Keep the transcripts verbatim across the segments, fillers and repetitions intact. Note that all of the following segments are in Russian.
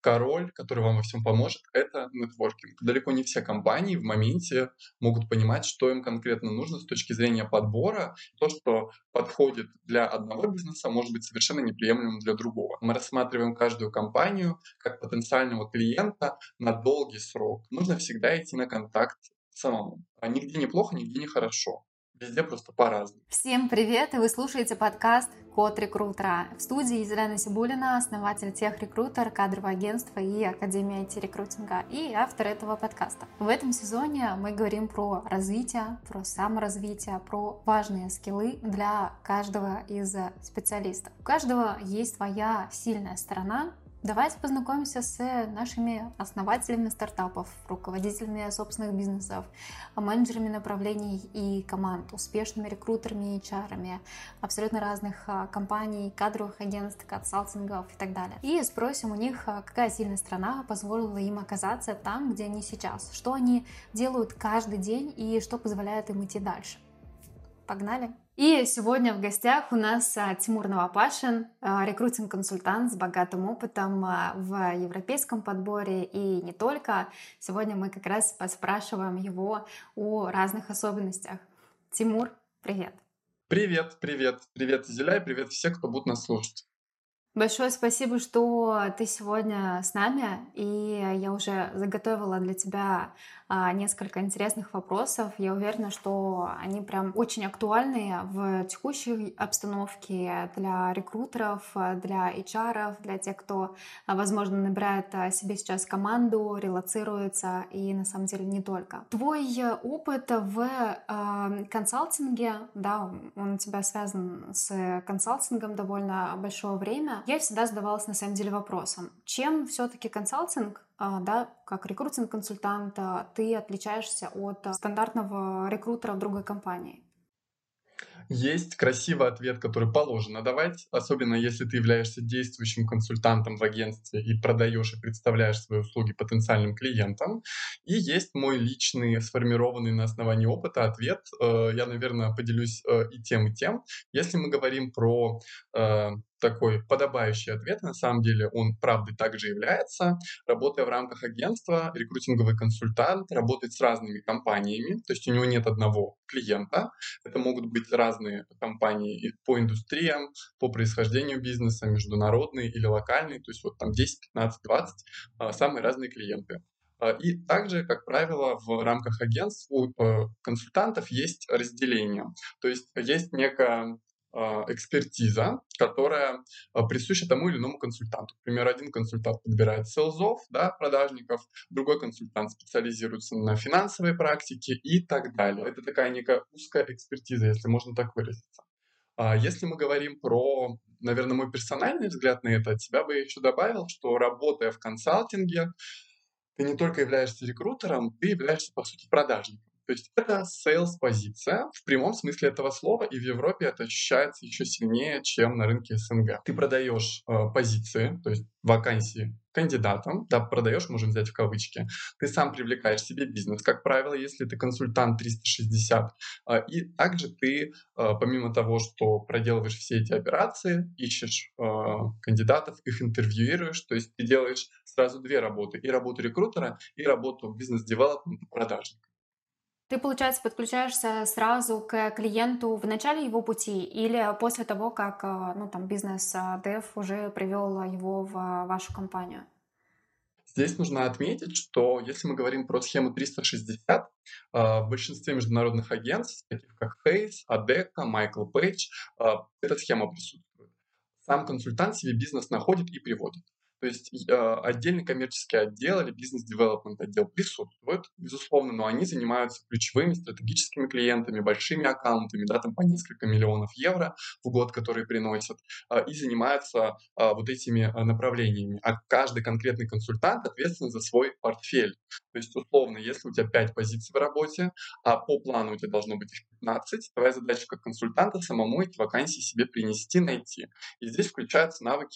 король, который вам во всем поможет — это нетворкинг. Далеко не все компании в моменте могут понимать, что им конкретно нужно с точки зрения подбора. То, что подходит для одного бизнеса, может быть совершенно неприемлемым для другого. Мы рассматриваем каждую компанию как потенциального клиента на долгий срок. Нужно всегда идти на контакт самому. А нигде не плохо, нигде не хорошо. Везде просто по-разному. Всем привет! И вы слушаете подкаст «Код рекрутера». В студии Елена Сибулина, основатель Техрекрутер, кадрового агентства и Академии ай ти-рекрутинга, и автор этого подкаста. В этом сезоне мы говорим про развитие, про саморазвитие, про важные скиллы для каждого из специалистов. У каждого есть своя сильная сторона. Давайте познакомимся с нашими основателями стартапов, руководителями собственных бизнесов, менеджерами направлений и команд, успешными рекрутерами и эйч ар-ами, абсолютно разных компаний, кадровых агентств, консалтингов и так далее. И спросим у них, какая сильная сторона позволила им оказаться там, где они сейчас, что они делают каждый день и что позволяет им идти дальше. Погнали! И сегодня в гостях у нас Тимур Новопашин, рекрутинг-консультант с богатым опытом в европейском подборе и не только. Сегодня мы как раз поспрашиваем его о разных особенностях. Тимур, привет! Привет, привет, привет, Зеля, и привет все, кто будет нас слушать. Большое спасибо, что ты сегодня с нами, и я уже заготовила для тебя а, несколько интересных вопросов. Я уверена, что они прям очень актуальны в текущей обстановке для рекрутеров, для эйч ар-ов, для тех, кто, а, возможно, набирает а, себе сейчас команду, релоцируется, и на самом деле не только. Твой опыт в а, консалтинге, да, он у тебя связан с консалтингом довольно большое время. Я всегда задавалась на самом деле вопросом, чем все-таки консалтинг, да, как рекрутинг-консультант, ты отличаешься от стандартного рекрутера в другой компании? Есть красивый ответ, который положено давать, особенно если ты являешься действующим консультантом в агентстве и продаешь и представляешь свои услуги потенциальным клиентам. И есть мой личный, сформированный на основании опыта ответ. Э, Я, наверное, поделюсь э, и тем, и тем. Если мы говорим про э, такой подобающий ответ, на самом деле он правдой также является. Работая в рамках агентства, рекрутинговый консультант работает с разными компаниями, то есть у него нет одного клиента. Это могут быть разные компании по индустриям, по происхождению бизнеса, международные или локальные, то есть вот там десять, пятнадцать, двадцать а, самые разные клиенты. А, И также, как правило, в рамках агентств у э, консультантов есть разделение. То есть есть некая а, экспертиза, которая а, присуща тому или иному консультанту. Например, один консультант подбирает селзов, да, продажников, другой консультант специализируется на финансовой практике и так далее. Это такая некая узкая экспертиза, если можно так выразиться. А если мы говорим про, наверное, мой персональный взгляд на это, от себя бы я еще добавил, что работая в консалтинге, ты не только являешься рекрутером, ты являешься, по сути, продажником. То есть это сейлс-позиция в прямом смысле этого слова, и в Европе это ощущается еще сильнее, чем на рынке эс эн гэ. Ты продаешь э, позиции, то есть вакансии кандидатам, да, продаешь, можем взять в кавычки, ты сам привлекаешь себе бизнес, как правило, если ты консультант триста шестьдесят, э, и также ты, э, помимо того, что проделываешь все эти операции, ищешь э, кандидатов, их интервьюируешь, то есть ты делаешь сразу две работы: и работу рекрутера, и работу бизнес-девелопмента продажника. Ты, получается, подключаешься сразу к клиенту в начале его пути или после того, как э, ну, там, бизнес-дев уже привел его в вашу компанию? Здесь нужно отметить, что если мы говорим про схему триста шестьдесят, а, в большинстве международных агентств, таких как Hays, Adecco, Michael Page, а, эта схема присутствует. Сам консультант себе бизнес находит и приводит. То есть и, а, отдельный коммерческий отдел или бизнес-девелопмент отдел присутствует, безусловно, но они занимаются ключевыми стратегическими клиентами, большими аккаунтами, да, там по несколько миллионов евро в год, которые приносят, а, и занимаются а, вот этими а, направлениями. А каждый конкретный консультант ответственен за свой портфель. То есть, условно, если у тебя пять позиций в работе, а по плану у тебя должно быть их пятнадцать, твоя задача как консультанта самому эти вакансии себе принести, найти. И здесь включаются навыки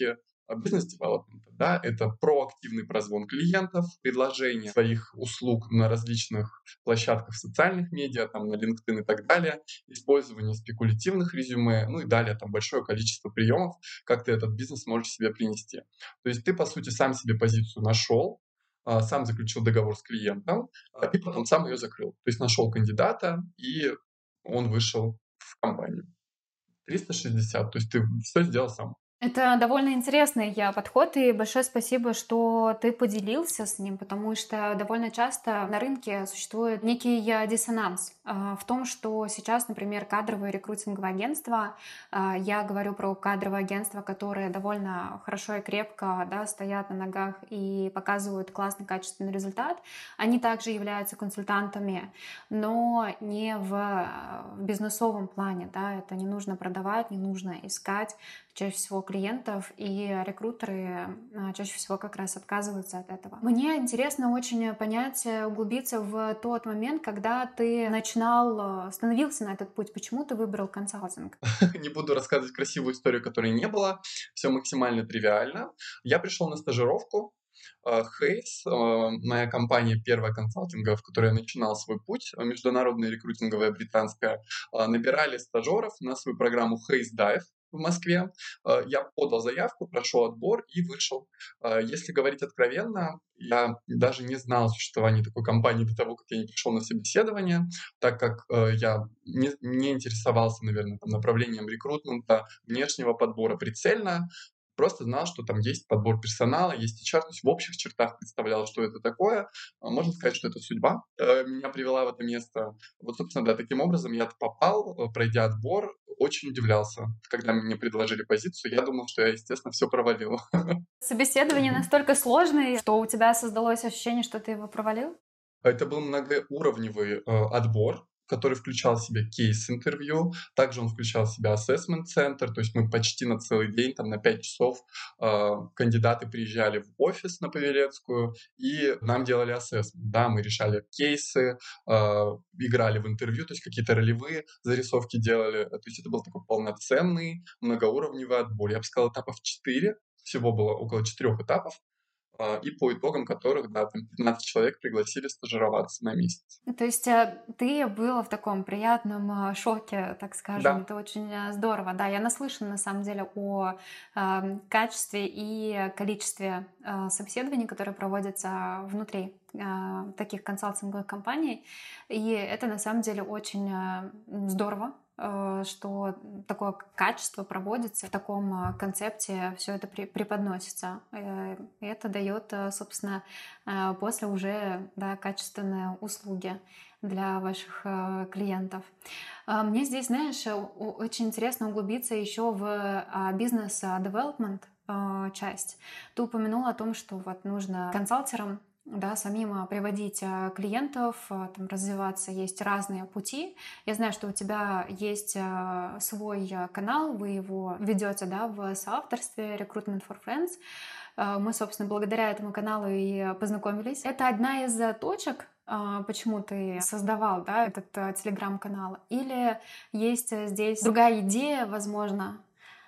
бизнес-девелопмента, да, это проактивный прозвон клиентов, предложение своих услуг на различных площадках социальных медиа, там, на LinkedIn и так далее, использование спекулятивных резюме, ну и далее там большое количество приемов, как ты этот бизнес можешь себе принести. То есть ты, по сути, сам себе позицию нашел, а, сам заключил договор с клиентом, а, и потом сам ее закрыл. То есть нашел кандидата, и он вышел в компанию. триста шестьдесят, то есть ты все сделал сам. Это довольно интересный я подход, и большое спасибо, что ты поделился с ним, потому что довольно часто на рынке существует некий э, диссонанс а, в том, что сейчас, например, кадровые рекрутинговые агентства, а, я говорю про кадровые агентства, которые довольно хорошо и крепко, да, стоят на ногах и показывают классный качественный результат, они также являются консультантами, но не в, э, в бизнесовом плане, да, это не нужно продавать, не нужно искать чаще всего клиентов, и рекрутеры а, чаще всего как раз отказываются от этого. Мне интересно очень понять, э, углубиться в тот момент, когда ты начинал, э, становился на этот путь. Почему ты выбрал консалтинг? Не буду рассказывать красивую историю, которой не было. Все максимально тривиально. Я пришел на стажировку. э, Хейс, э, моя компания первая консалтинговая, в которой я начинал свой путь, э, международная рекрутинговая британская, э, набирали стажеров на свою программу Hays Dive в Москве. Э, Я подал заявку, прошел отбор и вышел. Э, Если говорить откровенно, я даже не знал о существовании такой компании до того, как я не пришел на собеседование, так как э, я не, не интересовался, наверное, там, направлением рекрутмента, внешнего подбора прицельно. Просто знал, что там есть подбор персонала, есть эйч ар, то есть в общих чертах представлял, что это такое. А Можно сказать, что это судьба э, меня привела в это место. Вот, собственно, да, таким образом я попал, э, пройдя отбор, очень удивлялся, когда мне предложили позицию. Я думал, что я, естественно, все провалил. Собеседование настолько сложное, что у тебя создалось ощущение, что ты его провалил? Это был многоуровневый, э, отбор, который включал в себя кейс-интервью. Также он включал в себя ассессмент-центр. То есть мы почти на целый день, там на пять часов, а, кандидаты приезжали в офис на Павелецкую, и нам делали ассессмент. Да, мы решали кейсы, а, играли в интервью, то есть какие-то ролевые зарисовки делали. То есть это был такой полноценный многоуровневый отбор. Я бы сказал, этапов четыре. Всего было около четырех этапов. А, и по итогам которых, да, там пятнадцать человек пригласили стажироваться на месяц. То есть э, ты был в таком приятном э, шоке, так скажем. Да, Это очень э, здорово. Да, я наслышана на самом деле о э, качестве и количестве э, собеседований, которые проводятся внутри э, таких консалтинговых компаний. И это на самом деле очень э, здорово, э, что такое качество проводится, в таком э, концепте все это при- преподносится. Э, И это дает, э, собственно, э, после уже, да, качественные услуги для ваших э, клиентов. А, Мне здесь, знаешь, э, о- очень интересно углубиться еще в а, бизнес-девелопмент часть. Ты упомянула о том, что вот нужно консалтерам, да, самим а, приводить а, клиентов, а, там, развиваться. Есть разные пути. Я знаю, что у тебя есть а, свой а, канал, вы его ведете, да, в соавторстве Recruitment for Friends. А, Мы, собственно, благодаря этому каналу и познакомились. Это одна из э, точек, а, почему ты создавал, да, этот э, телеграм-канал? Или есть э, здесь другая идея, возможно,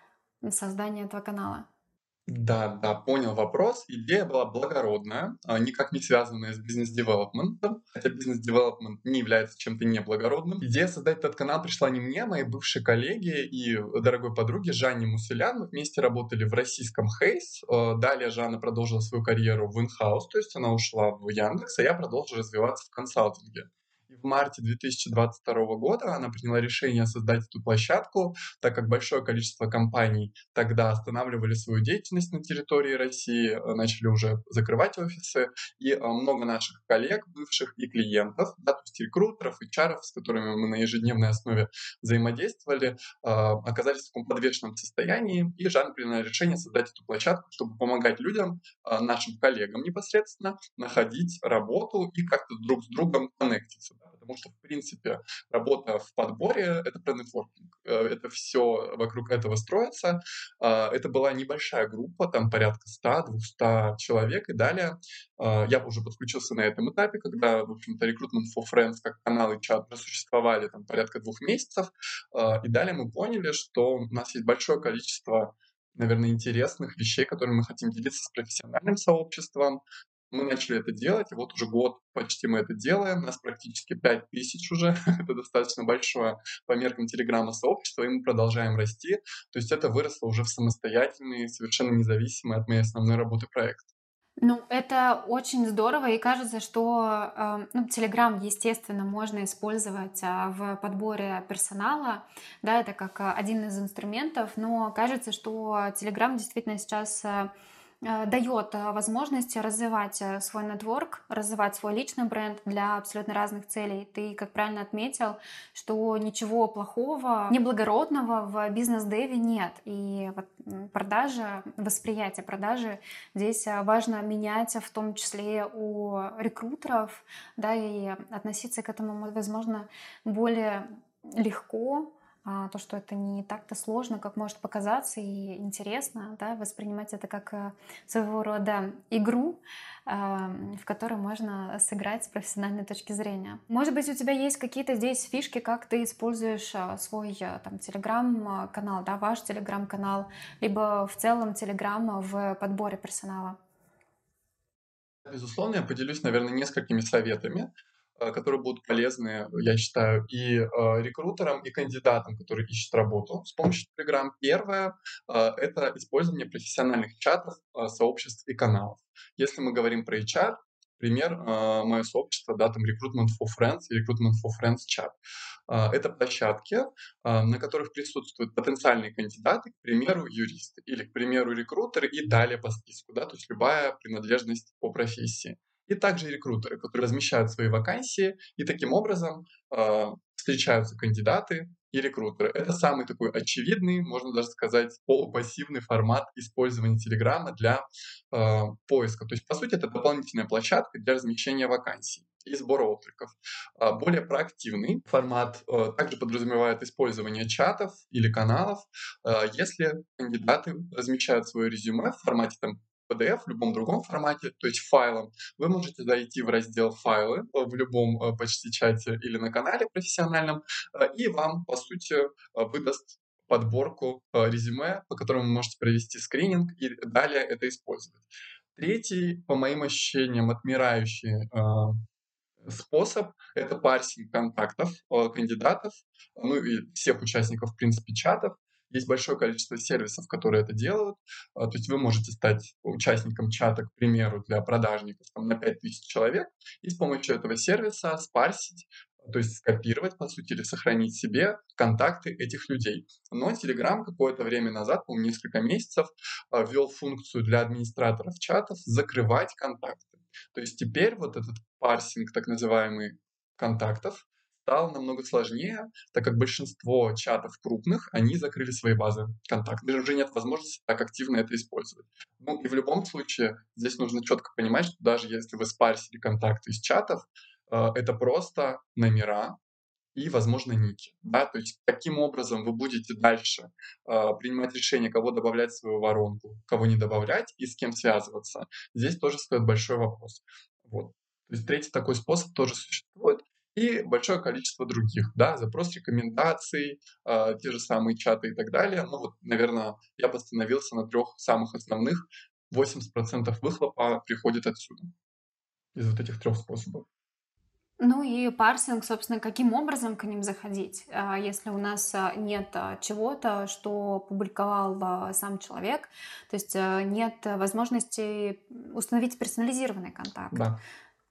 создания этого канала? да, да, понял вопрос. Идея была благородная, а, никак не связанная с бизнес-девелопментом, хотя бизнес-девелопмент не является чем-то неблагородным. Идея создать этот канал пришла не мне, а моей бывшей коллеге и дорогой подруге Жанне Мусулян. Мы вместе работали в российском Хейс. Э, Далее Жанна продолжила свою карьеру в инхаус, то есть она ушла в Яндекс, а я продолжил развиваться в консалтинге. И в марте две тысячи двадцать второго года она приняла решение создать эту площадку, так как большое количество компаний тогда останавливали свою деятельность на территории России, э, начали уже закрывать офисы, и э, много наших коллег, бывших и клиентов, да, то есть рекрутеров, эйч ар, с которыми мы на ежедневной основе взаимодействовали, э, оказались в таком подвешенном состоянии, и Жанна приняла решение создать эту площадку, чтобы помогать людям, э, нашим коллегам непосредственно, находить работу и как-то друг с другом коннектиться, да, потому что, в принципе, работа в подборе — это про нетворкинг. Э, Это все вокруг этого строится. А, Это была небольшая группа, там порядка ста-двухсот человек. И далее а, я уже подключился на этом этапе, когда, в общем-то, Recruitment for Friends как канал и чат просуществовали там порядка двух месяцев. А, И далее мы поняли, что у нас есть большое количество наверное, интересных вещей, которыми мы хотим делиться с профессиональным сообществом. Мы начали это делать, и вот уже год почти мы это делаем. Нас практически пять тысяч уже. Это достаточно большое по меркам Телеграма сообщество, и мы продолжаем расти. То есть это выросло уже в самостоятельный, совершенно независимый от моей основной работы проект. Ну, это очень здорово, и кажется, что э, ну, Telegram, естественно, можно использовать а, в подборе персонала, да, это как а, один из инструментов, но кажется, что Telegram действительно сейчас э, э, дает э, возможность развивать э, свой нетворк, развивать свой личный бренд для абсолютно разных целей. Ты, как правильно отметил, что ничего плохого, неблагородного в бизнес-деве нет, и вот м, продажа, восприятие продажи здесь а, важно менять, а, в том числе у рекрутеров, да, и относиться к этому, возможно, более легко, а, то, что это не так-то сложно, как может показаться, и интересно, да, воспринимать это как а, своего рода игру, а, в которой можно сыграть с профессиональной точки зрения. Может быть, у тебя есть какие-то здесь фишки, как ты используешь а, свой а, там телеграм-канал, да, ваш телеграм-канал, либо в целом телеграм в подборе персонала? Безусловно, я поделюсь, наверное, несколькими советами, э, которые будут полезны, я считаю, и э, рекрутерам, и кандидатам, которые ищут работу с помощью Telegram. Первое э, это использование профессиональных чатов, э, сообществ и каналов. Если мы говорим про H R, пример, э, мое сообщество, да, там Recruitment for Friends и Recruitment for Friends чат. А, Это площадки, а, на которых присутствуют потенциальные кандидаты, к примеру, юристы или, к примеру, рекрутеры и далее по списку, да, то есть любая принадлежность по профессии. И также рекрутеры, которые размещают свои вакансии, и таким образом а, встречаются кандидаты и рекрутеры. Это самый такой очевидный, можно даже сказать, полупассивный формат использования Телеграма для а, поиска. То есть, по сути, это дополнительная площадка для размещения вакансий и сбора откликов. А, Более проактивный формат э, также подразумевает использование чатов или каналов. Э, Если кандидаты размещают свое резюме в формате там P D F, в любом другом формате, то есть файлом, вы можете зайти в раздел «Файлы» э, в любом э, почти чате или на канале профессиональном, э, и вам, по сути, э, выдаст подборку э, резюме, по которому вы можете провести скрининг и далее это использовать. Третий, по моим ощущениям, отмирающий э, способ — это парсинг контактов, э, кандидатов, ну и всех участников, в принципе, чатов. Есть большое количество сервисов, которые это делают. А, то есть вы можете стать участником чата, к примеру, для продажников там, на пять тысяч человек, и с помощью этого сервиса спарсить, то есть скопировать, по сути, или сохранить себе контакты этих людей. Но Telegram какое-то время назад, по-моему, несколько месяцев, а, ввел функцию для администраторов чатов закрывать контакты. То есть теперь вот этот парсинг так называемый контактов стал намного сложнее, так как большинство чатов крупных, они закрыли свои базы контактов. Даже уже нет возможности так активно это использовать. Ну и в любом случае здесь нужно четко понимать, что даже если вы спарсили контакты из чатов, э, это просто номера и, возможно, ники. Да? То есть таким образом вы будете дальше э, принимать решение, кого добавлять в свою воронку, кого не добавлять и с кем связываться. Здесь тоже стоит большой вопрос. Вот. То есть третий такой способ тоже существует. И большое количество других, да, запрос рекомендаций, э, те же самые чаты и так далее. Ну вот, наверное, я бы остановился на трех самых основных. восемьдесят процентов выхлопа приходит отсюда, из вот этих трех способов. Ну и парсинг, собственно, каким образом к ним заходить, А, если у нас а, нет а, чего-то, что публиковал а, сам человек, то есть а, нет а, возможности установить персонализированный контакт, Да.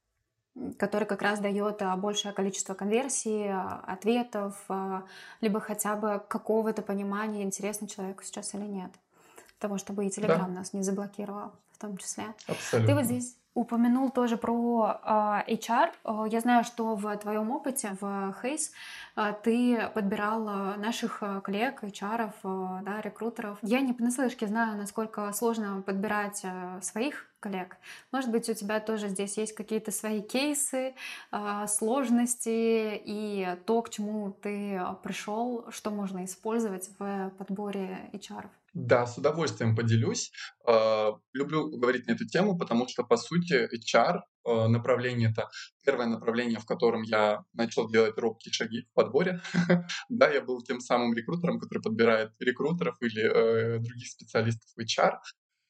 м, который как раз дает а, большее количество конверсий, а, ответов, а, либо хотя бы какого-то понимания, интересно человеку сейчас или нет, того, чтобы и Telegram Да, нас не заблокировал в том числе. Ты вот абсолютно. здесь упомянул тоже про а, H R. А, Я знаю, что в твоем опыте в Хейс а, ты подбирал а, наших а, коллег, H R, а, да, рекрутеров. Я не понаслышке знаю, насколько сложно подбирать а, своих коллег. Может быть, у тебя тоже здесь есть какие-то свои кейсы, а, сложности и то, к чему ты а, пришел, что можно использовать в подборе H R. Да, с удовольствием поделюсь. А, Люблю говорить на эту тему, потому что, по сути, H R э, направлений. Это первое направление, в котором я начал делать робкие шаги в подборе. Да, я был тем самым рекрутером, который подбирает рекрутеров или э, других специалистов в эйч ар.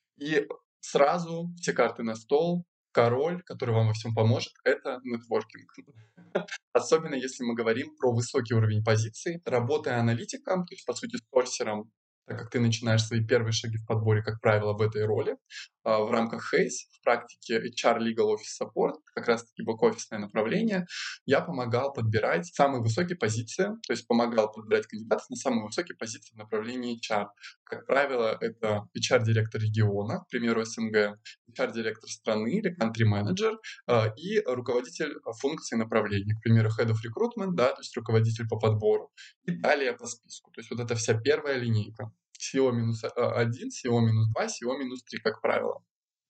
И сразу все карты на стол. Король, который вам во всем поможет, это нетворкинг. Особенно если мы говорим про высокий уровень позиций. Работая аналитиком, то есть, по сути, сорсером, так как ты начинаешь свои первые шаги в подборе, как правило, в этой роли, а, в рамках хейс, в практике эйч ар Legal Office Support, как раз-таки бэк-офисное направление, я помогал подбирать самые высокие позиции, то есть помогал подбирать кандидатов на самые высокие позиции в направлении эйч ар. Как правило, это эйч ар-директор региона, к примеру, эс эн гэ, эйч ар-директор страны или country-менеджер, а, и руководитель функции направления, к примеру, Head of Recruitment, да, то есть руководитель по подбору, и далее по списку. То есть вот это вся первая линейка. си и о минус один, си и о минус два, си и о минус три, как правило.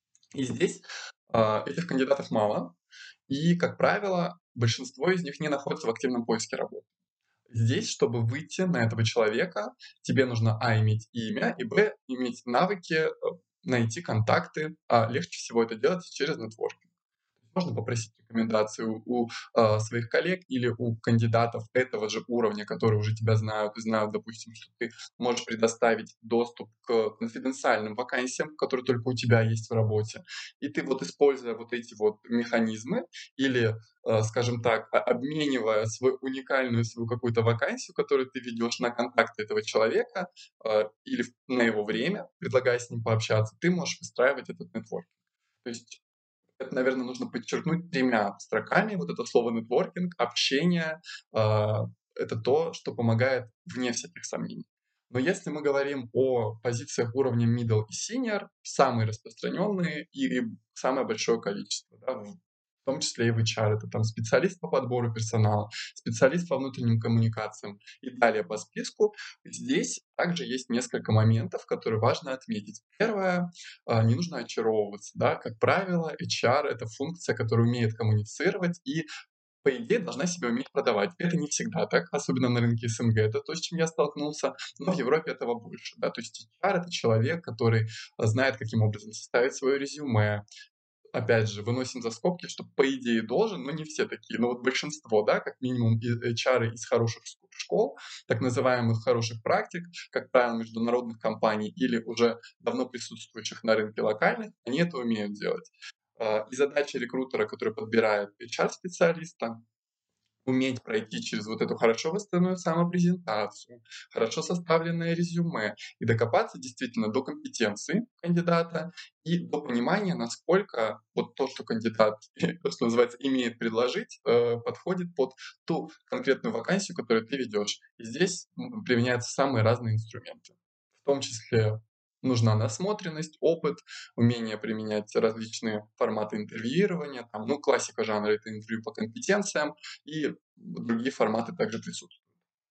И здесь а, этих кандидатов мало, и, как правило, большинство из них не находится в активном поиске работы. Здесь, чтобы выйти на этого человека, тебе нужно, а, иметь имя, и, б, иметь навыки, э, найти контакты, а легче всего это делать через нетворкинг. Можно попросить рекомендации у, у, а, своих коллег или у кандидатов этого же уровня, которые уже тебя знают и знают, допустим, что ты можешь предоставить доступ к конфиденциальным вакансиям, которые только у тебя есть в работе. И ты вот, используя вот эти вот механизмы или, а, скажем так, а- обменивая свою уникальную свою какую-то вакансию, которую ты ведешь на контакты этого человека а, или в- на его время, предлагая с ним пообщаться, ты можешь выстраивать этот нетворк. То есть это, наверное, нужно подчеркнуть тремя строками. Вот это слово нетворкинг, общение, а, это то, что помогает вне всяких сомнений. Но если мы говорим о позициях уровня middle и senior, самые распространенные и и самое большое количество, да, в в том числе и в эйч ар, это там специалист по подбору персонала, специалист по внутренним коммуникациям и далее по списку. Здесь также есть несколько моментов, которые важно отметить. Первое, а, не нужно очаровываться, да. Как правило, эйч ар — это функция, которая умеет коммуницировать и, по идее, должна себя уметь продавать. Это не всегда так, особенно на рынке эс эн гэ. Это то, с чем я столкнулся, но в Европе этого больше, да. То есть эйч ар — это человек, который а, знает, каким образом составить свое резюме. Опять же, выносим за скобки, что по идее должен, но не все такие. Но вот большинство, да, как минимум и эйч ар из хороших ск- школ, так называемых хороших практик, как правило, международных компаний или уже давно присутствующих на рынке локальных, они это умеют делать. А, И задача рекрутера, который подбирает эйч ар-специалиста, уметь пройти через вот эту хорошо выстроенную самопрезентацию, хорошо составленное резюме и докопаться действительно до компетенции кандидата и до понимания, насколько вот то, что кандидат, то, что называется, имеет предложить, э, подходит под ту конкретную вакансию, которую ты ведешь. И здесь м, применяются самые разные инструменты. В том числе нужна насмотренность, опыт, умение применять различные форматы интервьюирования. Там, ну, классика жанра — это интервью по компетенциям, и другие форматы также присутствуют.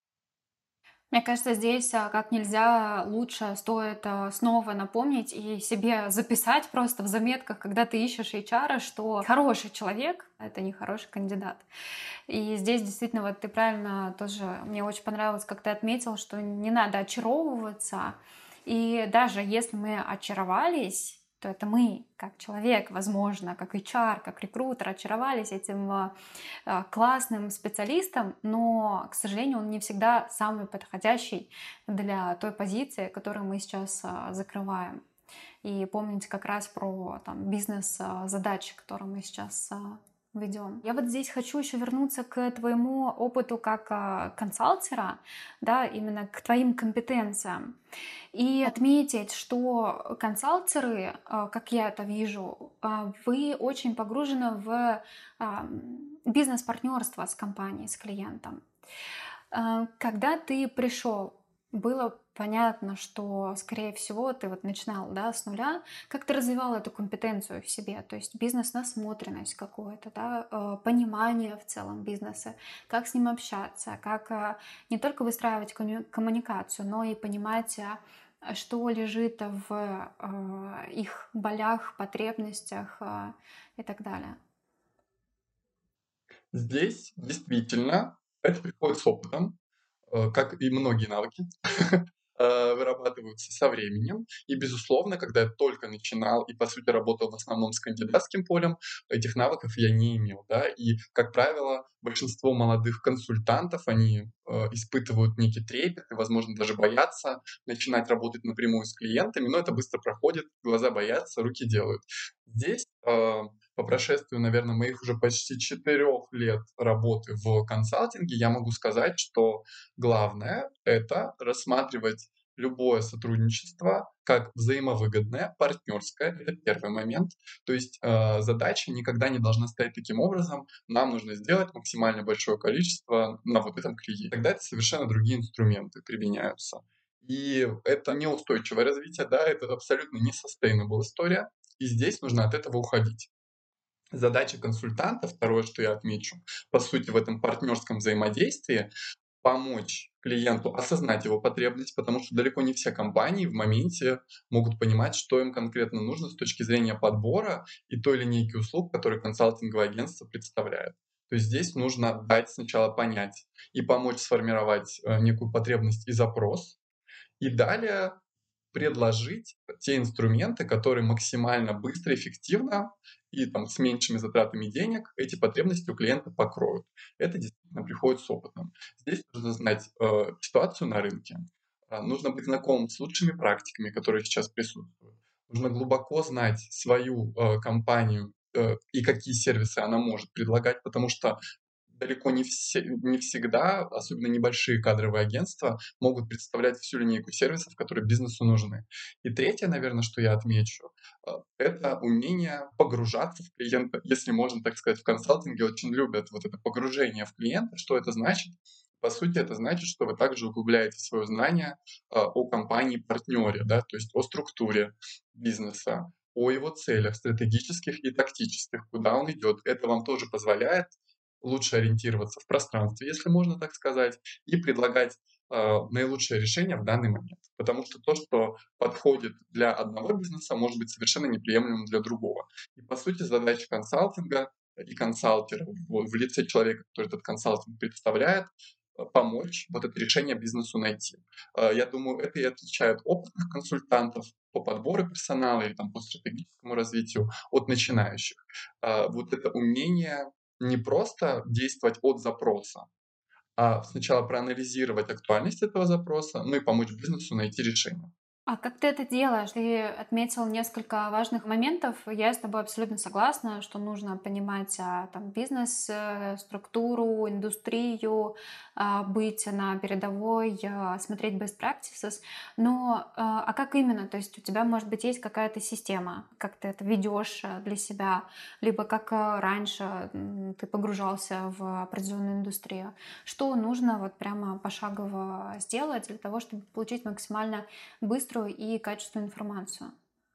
Мне кажется, здесь а, как нельзя лучше стоит а, снова напомнить и себе записать просто в заметках, когда ты ищешь эйч ар, что хороший человек — это не хороший кандидат. И здесь действительно, вот ты правильно тоже, мне очень понравилось, как ты отметил, что не надо очаровываться. И даже если мы очаровались, то это мы, как человек, возможно, как эйч ар, как рекрутер, очаровались этим а, а, классным специалистом, но, к сожалению, он не всегда самый подходящий для той позиции, которую мы сейчас а, закрываем. И помните как раз про там, бизнес-задачи, которые мы сейчас а, ведем. Я вот здесь хочу еще вернуться к твоему опыту как а, консалтера, да, именно к твоим компетенциям. И отметить, что консалтеры, а, как я это вижу, а, вы очень погружены в а, бизнес-партнерство с компанией, с клиентом. А, Когда ты пришел, было понятно, что, скорее всего, ты вот начинал, да, с нуля. Как ты развивал эту компетенцию в себе? То есть бизнес-насмотренность какое-то, да, э, понимание в целом бизнеса, как с ним общаться, как э, не только выстраивать комму- коммуникацию, но и понимать, а, что лежит в э, их болях, потребностях э, и так далее. Здесь действительно это приходит с опытом, э, как и многие навыки. э, вырабатываются со временем. И, безусловно, когда я только начинал и, по сути, работал в основном с кандидатским полем, этих навыков я не имел, да. И, как правило, большинство молодых консультантов, они э, испытывают некий трепет и, возможно, даже боятся начинать работать напрямую с клиентами, но это быстро проходит, глаза боятся, руки делают. Здесь э, по прошествию, наверное, моих уже почти четырех лет работы в консалтинге, я могу сказать, что главное — это рассматривать любое сотрудничество как взаимовыгодное, партнерское. Это первый момент. То есть э, задача никогда не должна стоять таким образом: нам нужно сделать максимально большое количество на вот этом клиенте. Тогда это совершенно другие инструменты применяются. И это неустойчивое развитие, да, это абсолютно не sustainable история, и здесь нужно от этого уходить. Задача консультанта, второе, что я отмечу, по сути, в этом партнерском взаимодействии — помочь клиенту осознать его потребность, потому что далеко не все компании в моменте могут понимать, что им конкретно нужно с точки зрения подбора и той линейки услуг, которые консалтинговое агентство представляет. То есть здесь нужно дать сначала понять и помочь сформировать э, некую потребность и запрос, и далее предложить те инструменты, которые максимально быстро, эффективно и там с меньшими затратами денег эти потребности у клиента покроют. Это действительно приходит с опытом. Здесь нужно знать э, ситуацию на рынке, а, нужно быть знакомым с лучшими практиками, которые сейчас присутствуют. Нужно глубоко знать свою э, компанию э, и какие сервисы она может предлагать, потому что далеко не, все, не всегда, особенно небольшие кадровые агентства, могут представлять всю линейку сервисов, которые бизнесу нужны. И третье, наверное, что я отмечу, э, это умение погружаться в клиента, если можно так сказать. В консалтинге очень любят вот это погружение в клиента. Что это значит? По сути, это значит, что вы также углубляете свое знание э, о компании-партнере, да, то есть о структуре бизнеса, о его целях стратегических и тактических, куда он идет. Это вам тоже позволяет лучше ориентироваться в пространстве, если можно так сказать, и предлагать э, наилучшее решение в данный момент. Потому что то, что подходит для одного бизнеса, может быть совершенно неприемлемым для другого. И, по сути, задача консалтинга и консалтера в, в лице человека, который этот консалтинг представляет, э, помочь вот это решение бизнесу найти. Э, Я думаю, это и отличает опытных консультантов по подбору персонала или там, по стратегическому развитию от начинающих. Э, Вот это умение не просто действовать от запроса, а сначала проанализировать актуальность этого запроса, ну и помочь бизнесу найти решение. А как ты это делаешь? Ты отметил несколько важных моментов. Я с тобой абсолютно согласна, что нужно понимать а, там, бизнес, э, структуру, индустрию, а, быть на передовой, а, смотреть best practices. Но а а как именно? То есть у тебя, может быть, есть какая-то система, как ты это ведешь а, для себя, либо как а, раньше м, ты погружался в определенную индустрию. Что нужно вот прямо пошагово сделать для того, чтобы получить максимально быструю и качественную информацию?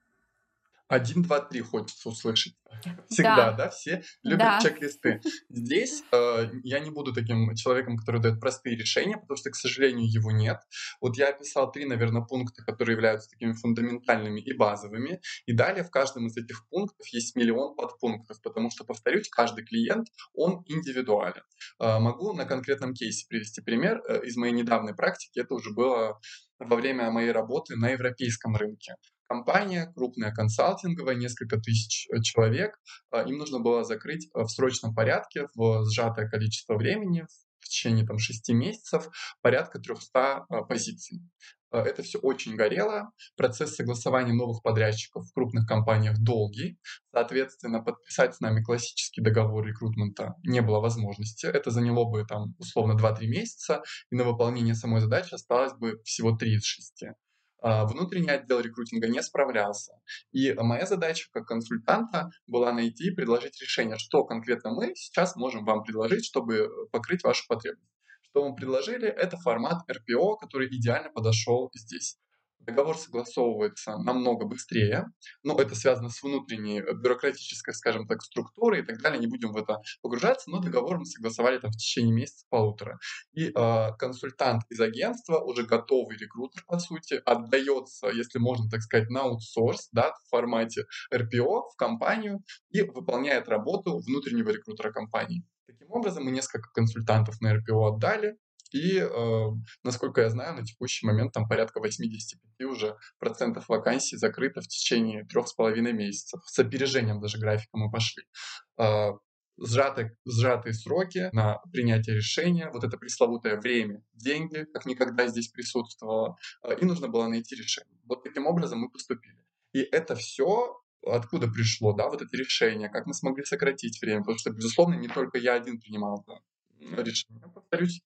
Один, два, три хочется услышать. Всегда, Да, да, все любят да. чек-листы. Здесь э, я не буду таким человеком, который дает простые решения, потому что, к сожалению, его нет. Вот я описал три, наверное, пункта, которые являются такими фундаментальными и базовыми. И далее в каждом из этих пунктов есть миллион подпунктов, потому что, повторюсь, каждый клиент, он индивидуален. Э, могу на конкретном кейсе привести пример э, из моей недавней практики. Это уже было во время моей работы на европейском рынке. Компания крупная, консалтинговая, несколько тысяч э, человек. А, Им нужно было закрыть э, в срочном порядке, в сжатое количество времени, в течение там, шести месяцев, порядка трехсот а, позиций. А, Это все очень горело. Процесс согласования новых подрядчиков в крупных компаниях долгий. Соответственно, подписать с нами классический договор рекрутмента не было возможности. Это заняло бы там условно два-три месяца, и на выполнение самой задачи осталось бы всего три из шести. А, Внутренний отдел рекрутинга не справлялся. И моя задача как консультанта была найти и предложить решение, что конкретно мы сейчас можем вам предложить, чтобы покрыть вашу потребность. Что мы предложили, это формат эр пи о, который идеально подошел здесь. Договор согласовывается намного быстрее, но это связано с внутренней э, бюрократической, скажем так, структурой и так далее. Не будем в это погружаться, но договор мы согласовали там в течение месяца-полутора. И э, консультант из агентства, уже готовый рекрутер, по сути, отдается, если можно так сказать, на аутсорс, да, в формате эр пи о в компанию и выполняет работу внутреннего рекрутера компании. Таким образом, мы несколько консультантов на эр пи о отдали, И, э, насколько я знаю, на текущий момент там порядка восемьдесят пять уже процентов вакансий закрыто в течение трех с половиной месяцев. С опережением даже графика мы пошли. А, сжаты сжатые сроки на принятие решения, вот это пресловутое время, деньги, как никогда здесь присутствовало, а, и нужно было найти решение. Вот таким образом мы поступили. И это все откуда пришло, да, вот это решение, как мы смогли сократить время, потому что, безусловно, не только я один принимал это, м, решение. Повторюсь,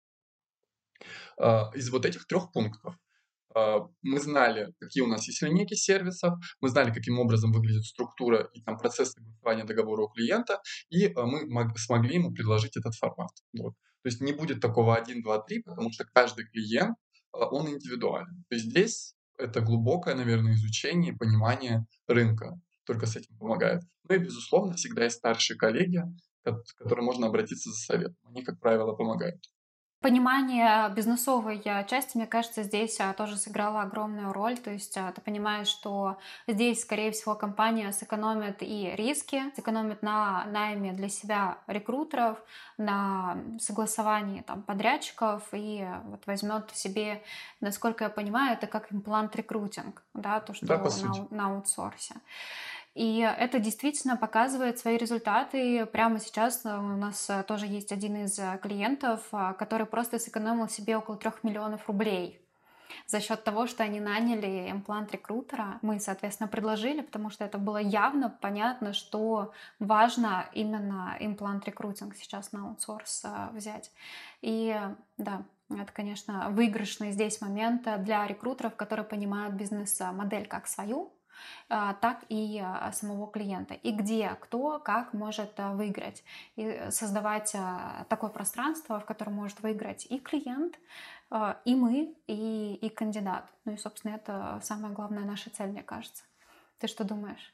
а, из вот этих трех пунктов. А, мы знали, какие у нас есть линейки сервисов, мы знали, каким образом выглядит структура и там процесс согласования договора у клиента, и, а, мы мог смогли ему предложить этот формат. Вот. То есть не будет такого один, два, три, потому что каждый клиент, а, он индивидуален. То есть здесь это глубокое, наверное, изучение и понимание рынка только с этим помогает. Ну и, безусловно, всегда есть старшие коллеги, кот к которым можно обратиться за советом. Они, как правило, помогают. Понимание бизнесовой э, части, мне кажется, здесь а, тоже сыграла огромную роль. То есть а, ты понимаешь, что здесь, скорее всего, компания сэкономит и риски, сэкономит на найме для себя рекрутеров, на согласовании там, подрядчиков и э, вот возьмет себе, насколько я понимаю, это как имплант-рекрутинг, да, то, Да, по что сути. на, на аутсорсе. И это действительно показывает свои результаты. Прямо сейчас э, у нас э, тоже есть один из э, клиентов, а, который просто сэкономил себе около трех миллионов рублей за счет того, что они наняли имплант-рекрутера. Мы, соответственно, предложили, потому что это было явно понятно, что важно именно имплант-рекрутинг сейчас на аутсорс э, взять. И э, да, это, конечно, выигрышный здесь момент э, для рекрутеров, которые понимают бизнес-модель как свою, а, так и а, самого клиента. И где кто как может а, выиграть. И создавать а, такое пространство, в котором может выиграть и клиент, а, и мы, и, и кандидат. Ну и, собственно, это самая главная наша цель, мне кажется. Ты что думаешь?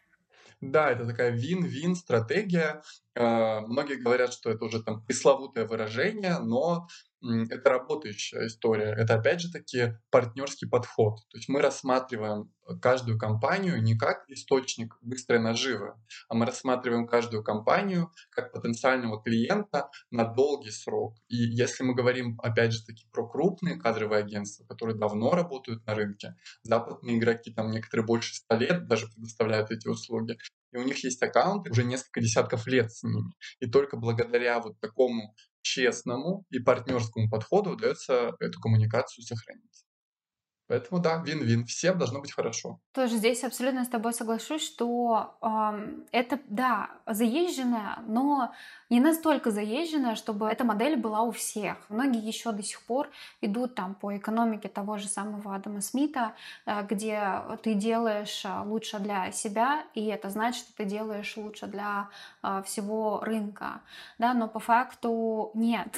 Да, это такая вин-вин стратегия. А, многие говорят, что это уже там пресловутое выражение, но, м, это работающая история. Это опять же таки партнерский подход. То есть мы рассматриваем, э, каждую компанию не как источник быстрой наживы, а мы рассматриваем каждую компанию как потенциального клиента на долгий срок. И если мы говорим опять же таки про крупные кадровые агентства, которые давно работают на рынке, западные игроки, там некоторые больше ста лет даже предоставляют эти услуги, и у них есть аккаунты уже несколько десятков лет с ними. И только благодаря вот такому честному и партнерскому подходу удается эту коммуникацию сохранить. Поэтому да, вин-вин. Всем должно быть хорошо. Тоже здесь абсолютно с тобой соглашусь, что ам, это, да, заезженная, но не настолько заезженная, чтобы эта модель была у всех. Многие еще до сих пор идут там по экономике того же самого Адама Смита, э, где ты делаешь а, лучше для себя, и это значит, что ты делаешь лучше для а, всего рынка. Да, но по факту нет.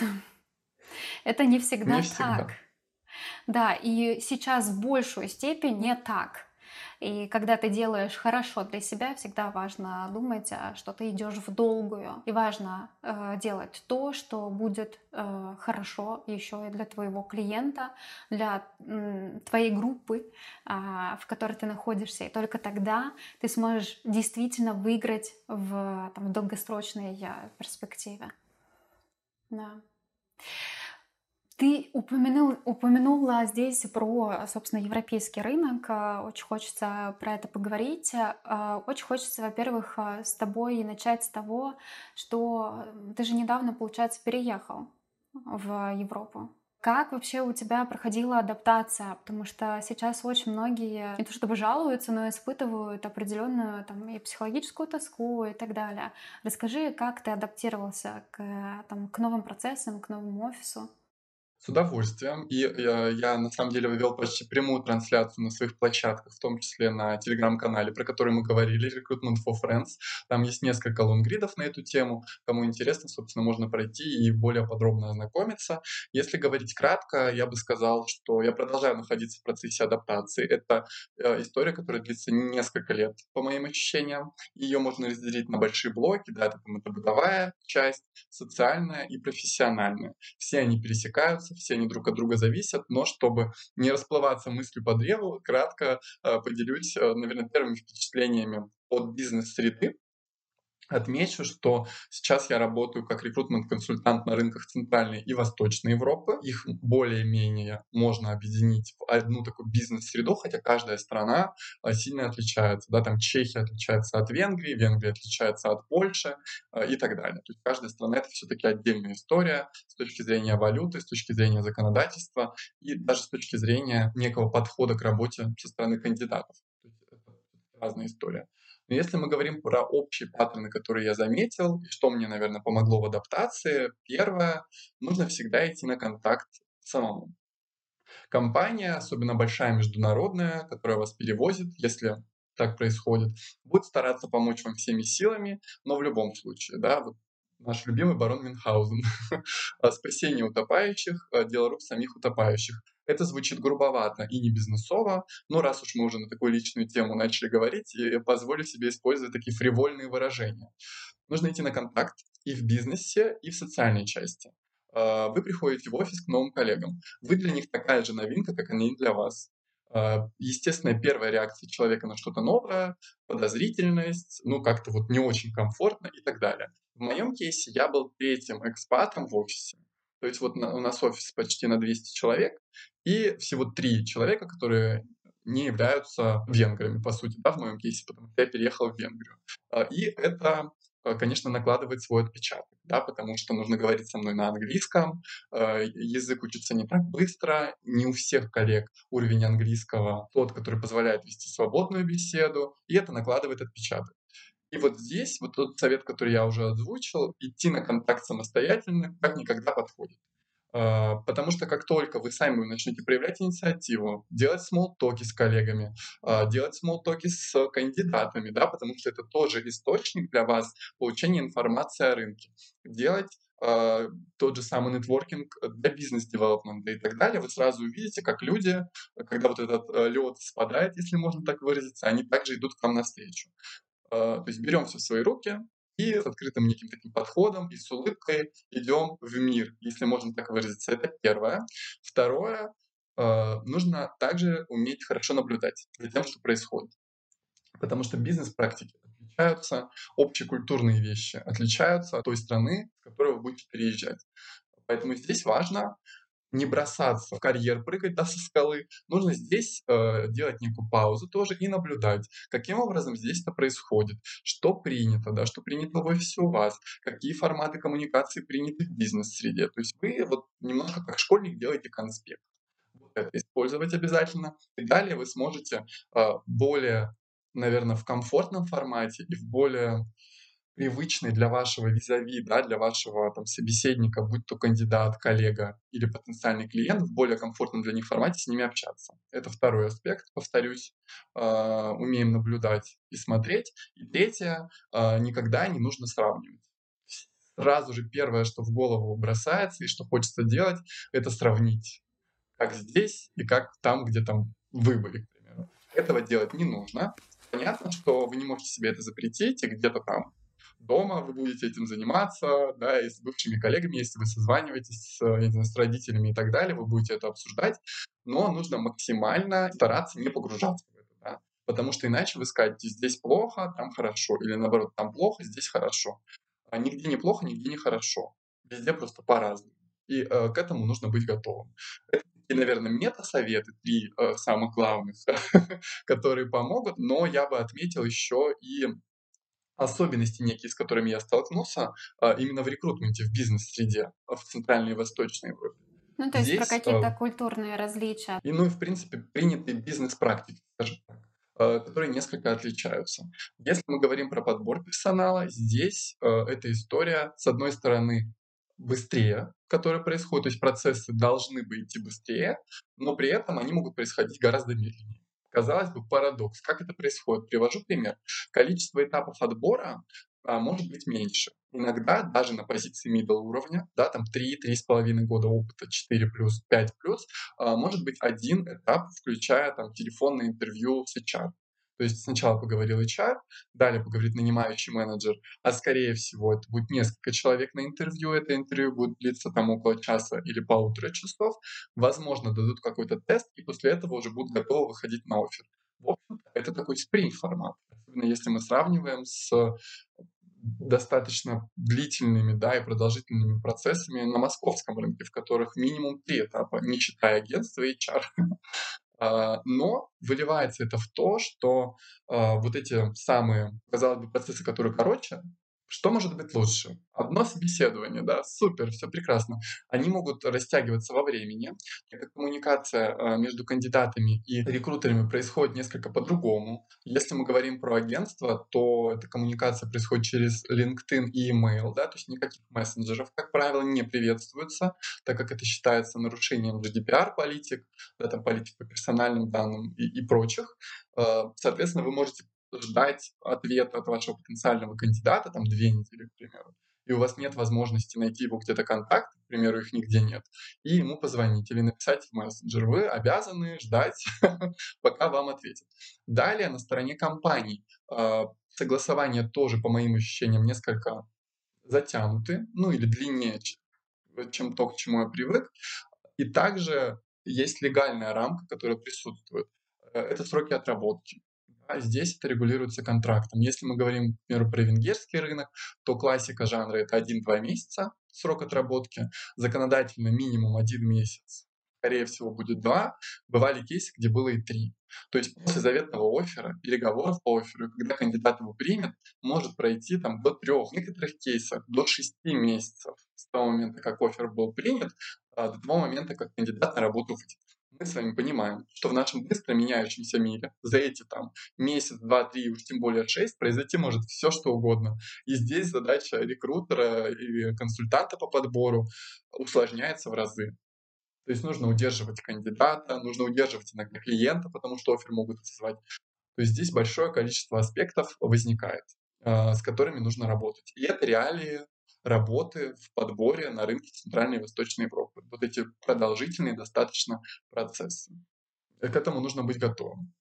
Это не Не всегда так. всегда. Да, и сейчас в большую степень не так. И когда ты делаешь хорошо для себя, всегда важно думать, а, что ты идешь в долгую. И важно э, делать то, что будет э, хорошо еще и для твоего клиента, для м, твоей группы, а, в которой ты находишься. И только тогда ты сможешь действительно выиграть в, там, в долгосрочной э, перспективе. Да. Ты упомянул, упомянула здесь про, собственно, европейский рынок. А, Очень хочется про это поговорить. А, Очень хочется, во-первых, а, с тобой начать с того, что м, ты же недавно, получается, переехал в Европу. Как вообще у тебя проходила адаптация? Потому что сейчас очень многие не то чтобы жалуются, но испытывают определенную там, и психологическую тоску и так далее. Расскажи, как ты адаптировался к, там, к новым процессам, к новому офису? С удовольствием. И, э, я на самом деле вывел почти прямую трансляцию на своих площадках, в том числе на телеграм-канале, про который мы говорили, Recruitment for Friends. Там есть несколько лонгридов на эту тему. Кому интересно, собственно, можно пройти и более подробно ознакомиться. Если говорить кратко, я бы сказал, что я продолжаю находиться в процессе адаптации. Это, э, история, которая длится несколько лет, по моим ощущениям. Ее можно разделить на большие блоки, да, это там это бытовая часть, социальная и профессиональная. Все они пересекаются, все они друг от друга зависят, но чтобы не расплываться мыслью по древу, кратко э, поделюсь, э, наверное, первыми впечатлениями от бизнес-среды. Отмечу, что сейчас я работаю как рекрутмент-консультант на рынках Центральной и Восточной Европы. Их более-менее можно объединить в одну такую бизнес-среду, хотя каждая страна а, сильно отличается. Да, там Чехия отличается от Венгрии, Венгрия отличается от Польши а, и так далее. То есть каждая страна — это все-таки отдельная история с точки зрения валюты, с точки зрения законодательства и даже с точки зрения некого подхода к работе со стороны кандидатов. То есть это разная история. Но если мы говорим про общие паттерны, которые я заметил, и что мне, наверное, помогло в адаптации, первое — нужно всегда идти на контакт самому. Компания, особенно большая международная, которая вас перевозит, если так происходит, будет стараться помочь вам всеми силами, но в любом случае, да, вот наш любимый барон Мюнхгаузен. А, Спасение утопающих — а, дело рук самих утопающих. Это звучит грубовато и не бизнесово, но раз уж мы уже на такую личную тему начали говорить, я позволю себе использовать такие фривольные выражения. Нужно идти на контакт и в бизнесе, и в социальной части. А, Вы приходите в офис к новым коллегам. Вы для них такая же новинка, как они для вас. А, Естественная первая реакция человека на что-то новое — подозрительность, ну как-то вот не очень комфортно и так далее. В моем кейсе я был третьим экспатом в офисе. То есть вот на- у нас офис почти на двести человек, и всего три человека, которые не являются венграми, по сути, да, в моем кейсе, потому что я переехал в Венгрию. А, И это э, конечно, накладывает свой отпечаток, да, потому что нужно говорить со мной на английском, э, язык учится не так быстро, не у всех коллег уровень английского тот, который позволяет вести свободную беседу, и это накладывает отпечаток. И вот здесь вот тот совет, который я уже озвучил, идти на контакт самостоятельно, как никогда подходит. А, Потому что как только вы сами начнете проявлять инициативу, делать смолтоки с коллегами, а, делать смолтоки с кандидатами, да, потому что это тоже источник для вас получения информации о рынке, делать а, тот же самый нетворкинг для бизнес-девелопмента и так далее, вы сразу увидите, как люди, когда вот этот э, лед спадает, если можно так выразиться, они также идут к вам навстречу. А, То есть берем все в свои руки и с открытым неким таким подходом и с улыбкой идем в мир, если можно так выразиться. Это первое. Второе, а, нужно также уметь хорошо наблюдать за тем, что происходит. Потому что бизнес-практики отличаются, общекультурные вещи отличаются от той страны, в которую вы будете переезжать. Поэтому здесь важно не бросаться в карьер, прыгать, да, со скалы. Нужно здесь э, делать некую паузу тоже и наблюдать, каким образом здесь это происходит, что принято, да, что принято в офисе у вас, какие форматы коммуникации приняты в бизнес-среде. То есть вы вот немножко как школьник делаете конспект. Вот это использовать обязательно. И далее вы сможете э, более, наверное, в комфортном формате и в более привычный для вашего визави, да, для вашего там собеседника, будь то кандидат, коллега или потенциальный клиент, в более комфортном для них формате с ними общаться. Это второй аспект, повторюсь. А, Умеем наблюдать и смотреть. И третье, а, никогда не нужно сравнивать. Сразу же первое, что в голову бросается и что хочется делать, это сравнить, как здесь и как там, где там вы были, к примеру. Этого делать не нужно. Понятно, что вы не можете себе это запретить, и где-то там дома вы будете этим заниматься, да, и с бывшими коллегами, если вы созваниваетесь с, я не знаю, с родителями и так далее, вы будете это обсуждать, но нужно максимально стараться не погружаться в это, да, потому что иначе вы скажете: здесь плохо, там хорошо, или наоборот, там плохо, здесь хорошо. А нигде не плохо, нигде не хорошо. Везде просто по-разному. И э, к этому нужно быть готовым. Это такие, наверное, мета-советы, три э, самых главных, которые помогут, но я бы отметил еще и особенности некие, с которыми я столкнулся, а, именно в рекрутменте, в бизнес-среде, а, в Центральной и Восточной Европе. Ну, то есть про Здесь, э, какие-то культурные различия. и, ну и в принципе принятые бизнес-практики, скажем так, э, которые несколько отличаются. Если мы говорим про подбор персонала, здесь э, эта история, с одной стороны, быстрее, которая происходит, то есть процессы должны бы идти быстрее, но при этом они могут происходить гораздо медленнее. Казалось бы, парадокс. Как это происходит? Привожу пример. Количество этапов отбора а, может быть меньше. Иногда даже на позиции middle уровня, да, там три-три с половиной года опыта, четыре плюс, пять плюс, а, может быть один этап, включая там телефонное интервью с эйч ар. То есть сначала поговорил эйч ар, далее поговорит нанимающий менеджер, а скорее всего это будет несколько человек на интервью, это интервью будет длиться там около часа или полутора часов, возможно, дадут какой-то тест, и после этого уже будут готовы выходить на оффер. В общем, это такой спринт формат, особенно если мы сравниваем с достаточно длительными, да, и продолжительными процессами на московском рынке, в которых минимум три этапа, не считая агентства и эйч ар. А, но выливается это в то, что, а, вот эти самые, казалось бы, процессы, которые короче, что может быть лучше? Одно собеседование, да, супер, все прекрасно. Они могут растягиваться во времени, так как коммуникация, а, между кандидатами и рекрутерами происходит несколько по-другому. Если мы говорим про агентство, то эта коммуникация происходит через LinkedIn и email, да, то есть никаких мессенджеров, как правило, не приветствуется, так как это считается нарушением джи ди пи ар-политик, да, там политик по персональным данным и, и прочих. Э, Соответственно, вы можете ждать ответа от вашего потенциального кандидата, там, две недели, к примеру, и у вас нет возможности найти его где-то контакт, к примеру, их нигде нет, и ему позвонить или написать в мессенджер. Вы обязаны ждать, пока вам ответят. Далее, на стороне компаний, э, согласования тоже, по моим ощущениям, несколько затянуты, ну или длиннее, ч- чем то, к чему я привык. И также есть легальная рамка, которая присутствует. Э, Это сроки отработки. Да, здесь это регулируется контрактом. Если мы говорим, к примеру, про венгерский рынок, то классика жанра — это один-два месяца срок отработки, законодательно минимум один месяц, скорее всего, будет два. Бывали кейсы, где было и три. То есть после заветного оффера, переговоров по офферу, когда кандидат его примет, может пройти там до трех, в некоторых кейсах до шести месяцев с того момента, как оффер был принят, а, до того момента, как кандидат на работу выйдет. Мы с вами понимаем, что в нашем быстро меняющемся мире за эти там месяц, два, три, уж тем более шесть произойти может все что угодно. И здесь задача рекрутера или консультанта по подбору усложняется в разы. То есть нужно удерживать кандидата, нужно удерживать иногда клиента, потому что оффер могут отозвать. То есть здесь большое количество аспектов возникает, а, с которыми нужно работать. И это реалии работы в подборе на рынке Центральной и Восточной Европы. Вот эти продолжительные достаточно процессы. И к этому нужно быть готовым.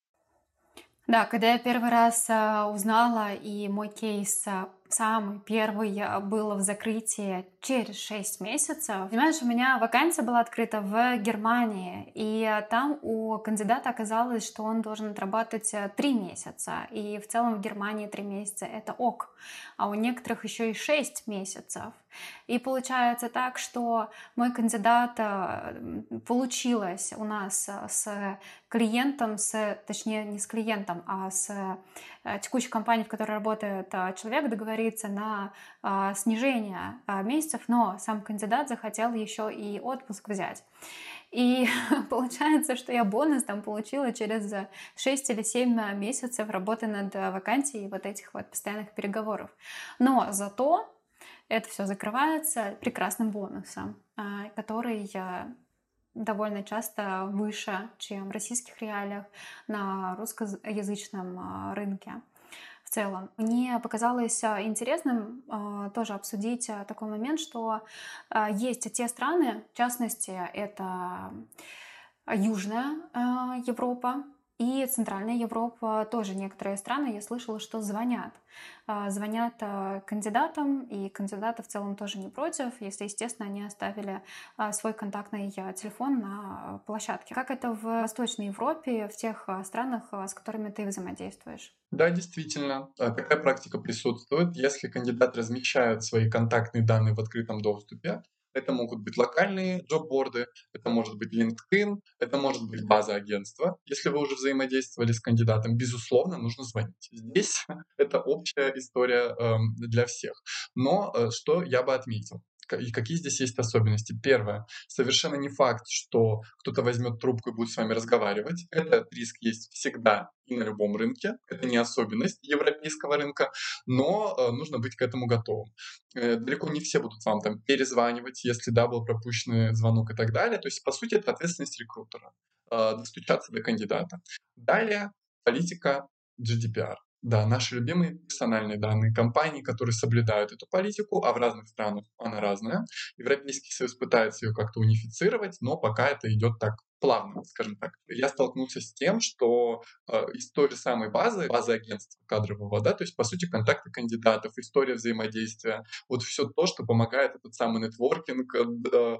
Да, когда я первый раз а, узнала, и мой кейс а, самый первый а, был в закрытии через шесть месяцев. Понимаешь, у меня вакансия была открыта в Германии, и а, там у кандидата оказалось, что он должен отрабатывать а, три месяца, и в целом в Германии три месяца — это ок, а у некоторых еще и шесть месяцев. И получается так, что мой кандидат, а, м, получилось у нас а, с клиентом, с, точнее не с клиентом, а с э, текущей компанией, в которой работает а, человек, договориться на а, снижение а, месяцев, но сам кандидат захотел еще и отпуск взять. И получается, что я бонус там получила через шесть или семь месяцев работы над вакансией и вот этих вот постоянных переговоров. Но зато это все закрывается прекрасным бонусом, а, который я довольно часто выше, чем в российских реалиях на русскоязычном а, рынке в целом. Мне показалось а, интересным а, тоже обсудить а, такой момент, что а, есть те страны, в частности, это Южная а, Европа и Центральная Европа, тоже некоторые страны, я слышала, что звонят. А, Звонят а, кандидатам, и кандидаты в целом тоже не против, если, естественно, они оставили а, свой контактный а, телефон на площадке. Как это в Восточной Европе, в тех а, странах, а, с которыми ты взаимодействуешь? Да, действительно, а, такая практика присутствует. Если кандидат размещает свои контактные данные в открытом доступе, это могут быть локальные джобборды, это может быть LinkedIn, это может быть база агентства. Если вы уже взаимодействовали с кандидатом, безусловно, нужно звонить. Здесь это общая история эм, для всех. Но э, что я бы отметил? Ка- И какие здесь есть особенности? Первое. Совершенно не факт, что кто-то возьмет трубку и будет с вами разговаривать. Этот риск есть всегда и на любом рынке. Это не особенность европейского рынка, но э, нужно быть к этому готовым. Э, далеко не все будут вам там перезванивать, если да, был пропущенный звонок и так далее. То есть, по сути, это ответственность рекрутера э, достучаться до кандидата. Далее политика джи ди пи ар. Да, наши любимые персональные данные компаний, которые соблюдают эту политику, а в разных странах она разная. Европейский Союз пытается ее как-то унифицировать, но пока это идет так плавно, скажем так. Я столкнулся с тем, что э, из той же самой базы, базы агентства кадрового, да, то есть, по сути, контакты кандидатов, история взаимодействия, вот все то, что помогает этот самый нетворкинг, э,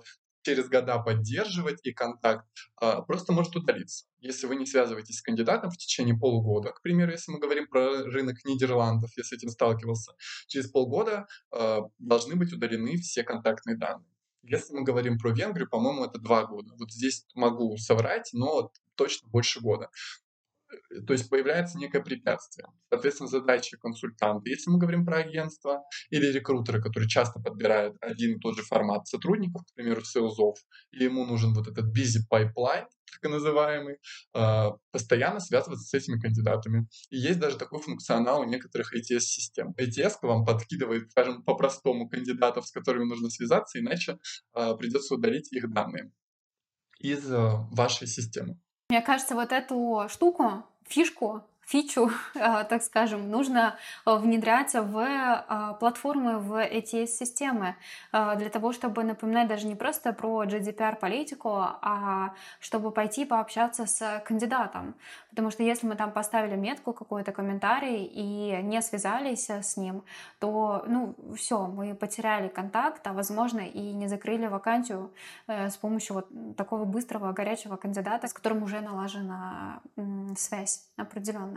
через года поддерживать и контакт, а, просто может удалиться. Если вы не связываетесь с кандидатом в течение полугода, к примеру, если мы говорим про рынок Нидерландов, я с этим сталкивался, через полгода а, должны быть удалены все контактные данные. Если мы говорим про Венгрию, по-моему, это два года. Вот здесь могу соврать, но точно больше года. То есть появляется некое препятствие. Соответственно, задача консультанта, если мы говорим про агентство, или рекрутера, который часто подбирает один и тот же формат сотрудников, к примеру, сейлзов, и ему нужен вот этот busy pipeline, так и называемый, а, постоянно связываться с этими кандидатами. И есть даже такой функционал у некоторых эй ти эс-систем. эй ти эс вам подкидывает, скажем, по-простому кандидатов, с которыми нужно связаться, иначе а, придется удалить их данные из а, вашей системы. Мне кажется, вот эту штуку, фишку, фичу, а, так скажем, нужно а, внедрять в а, платформы, в эй ти эс-системы, а, для того, чтобы напоминать даже не просто про джи ди пи ар-политику, а чтобы пойти пообщаться с кандидатом. Потому что если мы там поставили метку, какой-то комментарий и не связались а, с ним, то, ну, все, мы потеряли контакт, а, возможно, и не закрыли вакансию э, с помощью вот такого быстрого, горячего кандидата, с которым уже налажена м, связь определенная.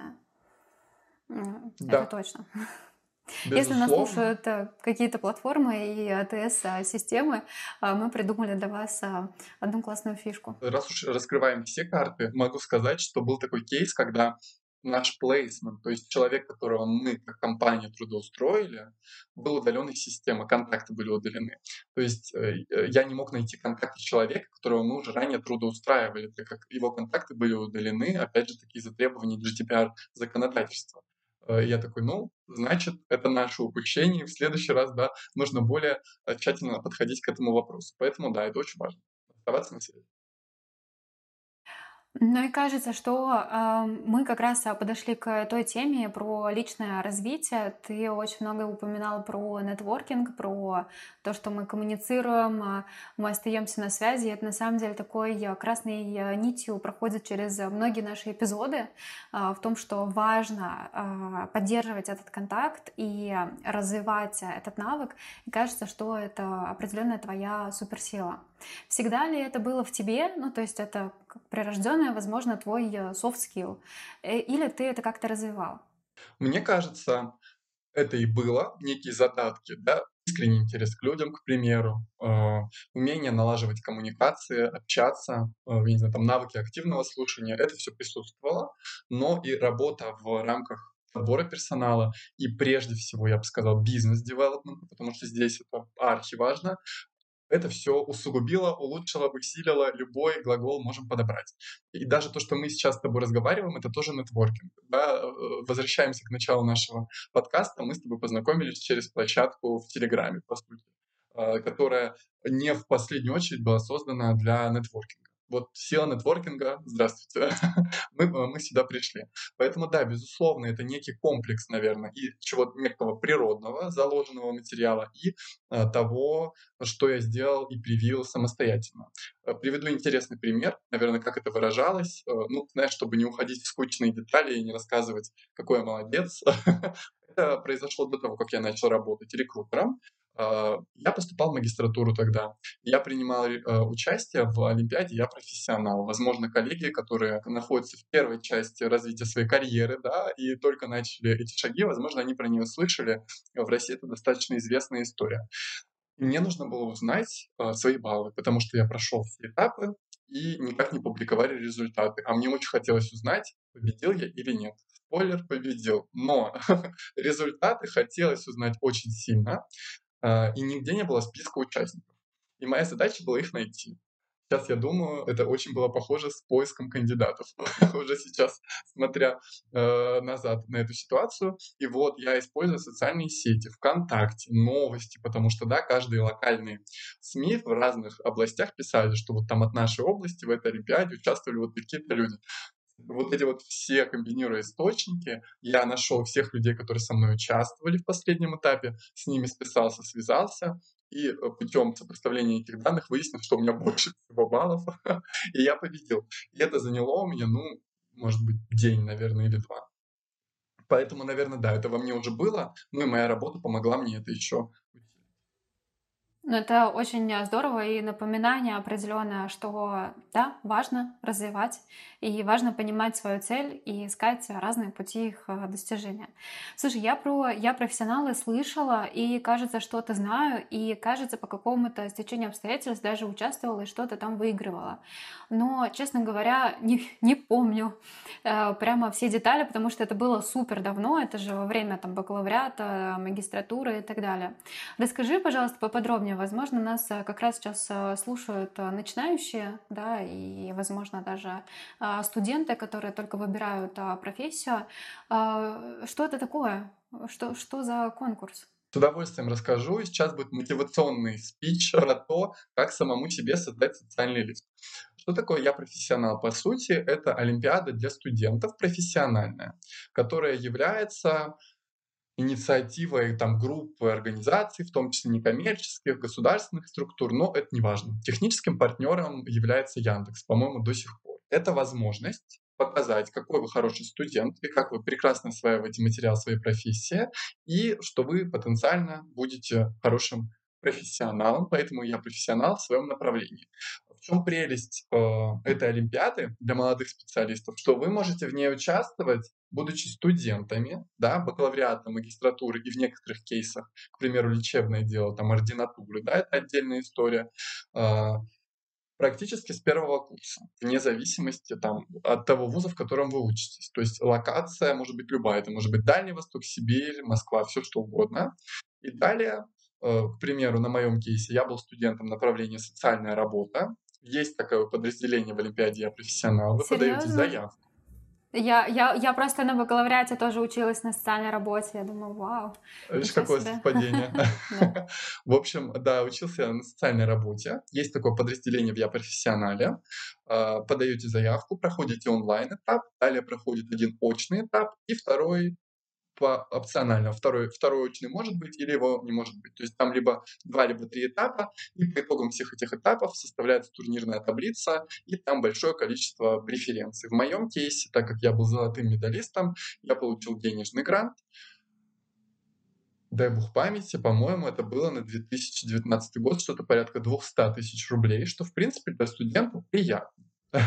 М, Это Да, точно. Если нас безусловно. слушают э, какие-то платформы и эй ти эс-системы, мы придумали для вас а, одну классную фишку. Раз уж раскрываем все карты, могу сказать, что был такой кейс, когда наш плейсмент, то есть человек, которого мы как компания трудоустроили, был удален из системы, контакты были удалены. То есть э, э, я не мог найти контакты человека, которого мы уже ранее трудоустраивали, так как его контакты были удалены, опять же, такие за требования джи ди пи ар законодательства. Э, Я такой, ну, значит, это наше упущение, и в следующий раз, да, нужно более э, тщательно подходить к этому вопросу. Поэтому, да, это очень важно. Оставаться на связи. Ну и кажется, что а, мы как раз а, подошли к той теме про личное развитие. Ты очень много упоминал про нетворкинг, про то, что мы коммуницируем, а, мы остаемся на связи. И это на самом деле такой а, красной а, нитью проходит через а, многие наши эпизоды а, в том, что важно а, поддерживать этот контакт и а, развивать а, этот навык. И кажется, что это определенная твоя суперсила. Всегда ли это было в тебе? Ну, то есть это как прирожденное, возможно, твой э, soft skill. Э, Или ты это как-то развивал? Мне кажется, это и было, некие задатки, да, искренний интерес к людям, к примеру, э, умение налаживать коммуникации, общаться, э, я не знаю, там навыки активного слушания, это все присутствовало, но и работа в рамках отбора персонала и прежде всего, я бы сказал, бизнес-девелопмент, потому что здесь это архиважно, это все усугубило, улучшило, усилило, любой глагол можем подобрать. И даже то, что мы сейчас с тобой разговариваем, это тоже нетворкинг. Да? Э, возвращаемся к началу нашего подкаста. Мы с тобой познакомились через площадку в Телеграме, по сути, э, которая не в последнюю очередь была создана для нетворкинга. Вот сила нетворкинга, здравствуйте, мы, э, мы сюда пришли. Поэтому да, безусловно, это некий комплекс, наверное, и чего-то некого природного, заложенного материала, и э, того, что я сделал и привил самостоятельно. Э, Приведу интересный пример, наверное, как это выражалось. Э, Ну, знаешь, чтобы не уходить в скучные детали и не рассказывать, какой я молодец. Это произошло до того, как я начал работать рекрутером. А, Я поступал в магистратуру тогда. Я принимал ре- э, участие в Олимпиаде «Я профессионал». Возможно, коллеги, которые находятся в первой части развития своей карьеры, да, и только начали эти шаги, возможно, они про нее слышали. В России это достаточно известная история. И мне нужно было узнать, а, свои баллы, потому что я прошел все этапы и никак не публиковали результаты. А мне очень хотелось узнать, победил я или нет. Спойлер: победил. Но результаты хотелось узнать очень сильно, а, и нигде не было списка участников. И моя задача была их найти. Сейчас я думаю, это очень было похоже с поиском кандидатов. Уже сейчас, смотря э, назад на эту ситуацию. И вот я использую социальные сети, ВКонтакте, новости, потому что, да, каждые локальные СМИ в разных областях писали, что вот там от нашей области в этой Олимпиаде участвовали вот такие-то люди. Вот эти вот все комбинируя источники, я нашел всех людей, которые со мной участвовали в последнем этапе, с ними списался, связался, и э, путем сопоставления этих данных выяснил, что у меня больше всего баллов, и я победил. И это заняло у меня, ну, может быть, день, наверное, или два. Поэтому, наверное, да, это во мне уже было, ну и моя работа помогла мне это еще. Ну, это очень э, здорово и напоминание определенное, что да, важно развивать и важно понимать свою цель и искать разные пути их э, достижения. Слушай, я про я профессионалы слышала и, кажется, что-то знаю, и, кажется, по какому-то стечению обстоятельств даже участвовала и что-то там выигрывала. Но, честно говоря, не, не помню э, прямо все детали, потому что это было супер давно, это же во время там бакалавриата, магистратуры и так далее. Расскажи, пожалуйста, поподробнее. Возможно, нас э, как раз сейчас э, слушают э, начинающие, да, и, возможно, даже э, студенты, которые только выбирают э, профессию. А, Что это такое? Что, что за конкурс? С удовольствием расскажу. И сейчас будет мотивационный спич про то, как самому себе создать социальный лифт. Что такое «Я профессионал»? По сути, это олимпиада для студентов профессиональная, которая является инициативой там, группы организаций, в том числе некоммерческих, государственных структур, но это не важно. Техническим партнером является Яндекс, по-моему, до сих пор. Это возможность показать, какой вы хороший студент и как вы прекрасно осваиваете материал своей профессии, и что вы потенциально будете хорошим профессионалом, поэтому я профессионал в своем направлении. В чем прелесть э, этой олимпиады для молодых специалистов? Что вы можете в ней участвовать, будучи студентами, да, бакалавриата, магистратуры и в некоторых кейсах, к примеру, лечебное дело, там, ординатуры, да, это отдельная история, а, практически с первого курса, вне зависимости там, от того вуза, в котором вы учитесь. То есть локация может быть любая, это может быть Дальний Восток, Сибирь, Москва, все что угодно. И далее, э, к примеру, на моем кейсе я был студентом направления социальная работа. Есть такое подразделение в Олимпиаде «Я профессионал». Вы подаете Серьезно? заявку. Я, я, я просто на бакалавриате тоже училась на социальной работе. Я думаю, вау, Видишь, ничего какое себе. совпадение. Да. В общем, да, учился я на социальной работе. Есть такое подразделение в «Я профессионале». А, Подаете заявку, проходите онлайн-этап, далее проходит один очный этап и второй по опционально. Второй, второй очный может быть или его не может быть. То есть там либо два, либо три этапа, и по итогам всех этих этапов составляется турнирная таблица, и там большое количество преференций. В моем кейсе, так как я был золотым медалистом, я получил денежный грант. Дай бог памяти, по-моему, это было на две тысячи девятнадцатый год, что-то порядка двести тысяч рублей, что, в принципе, для студента приятно.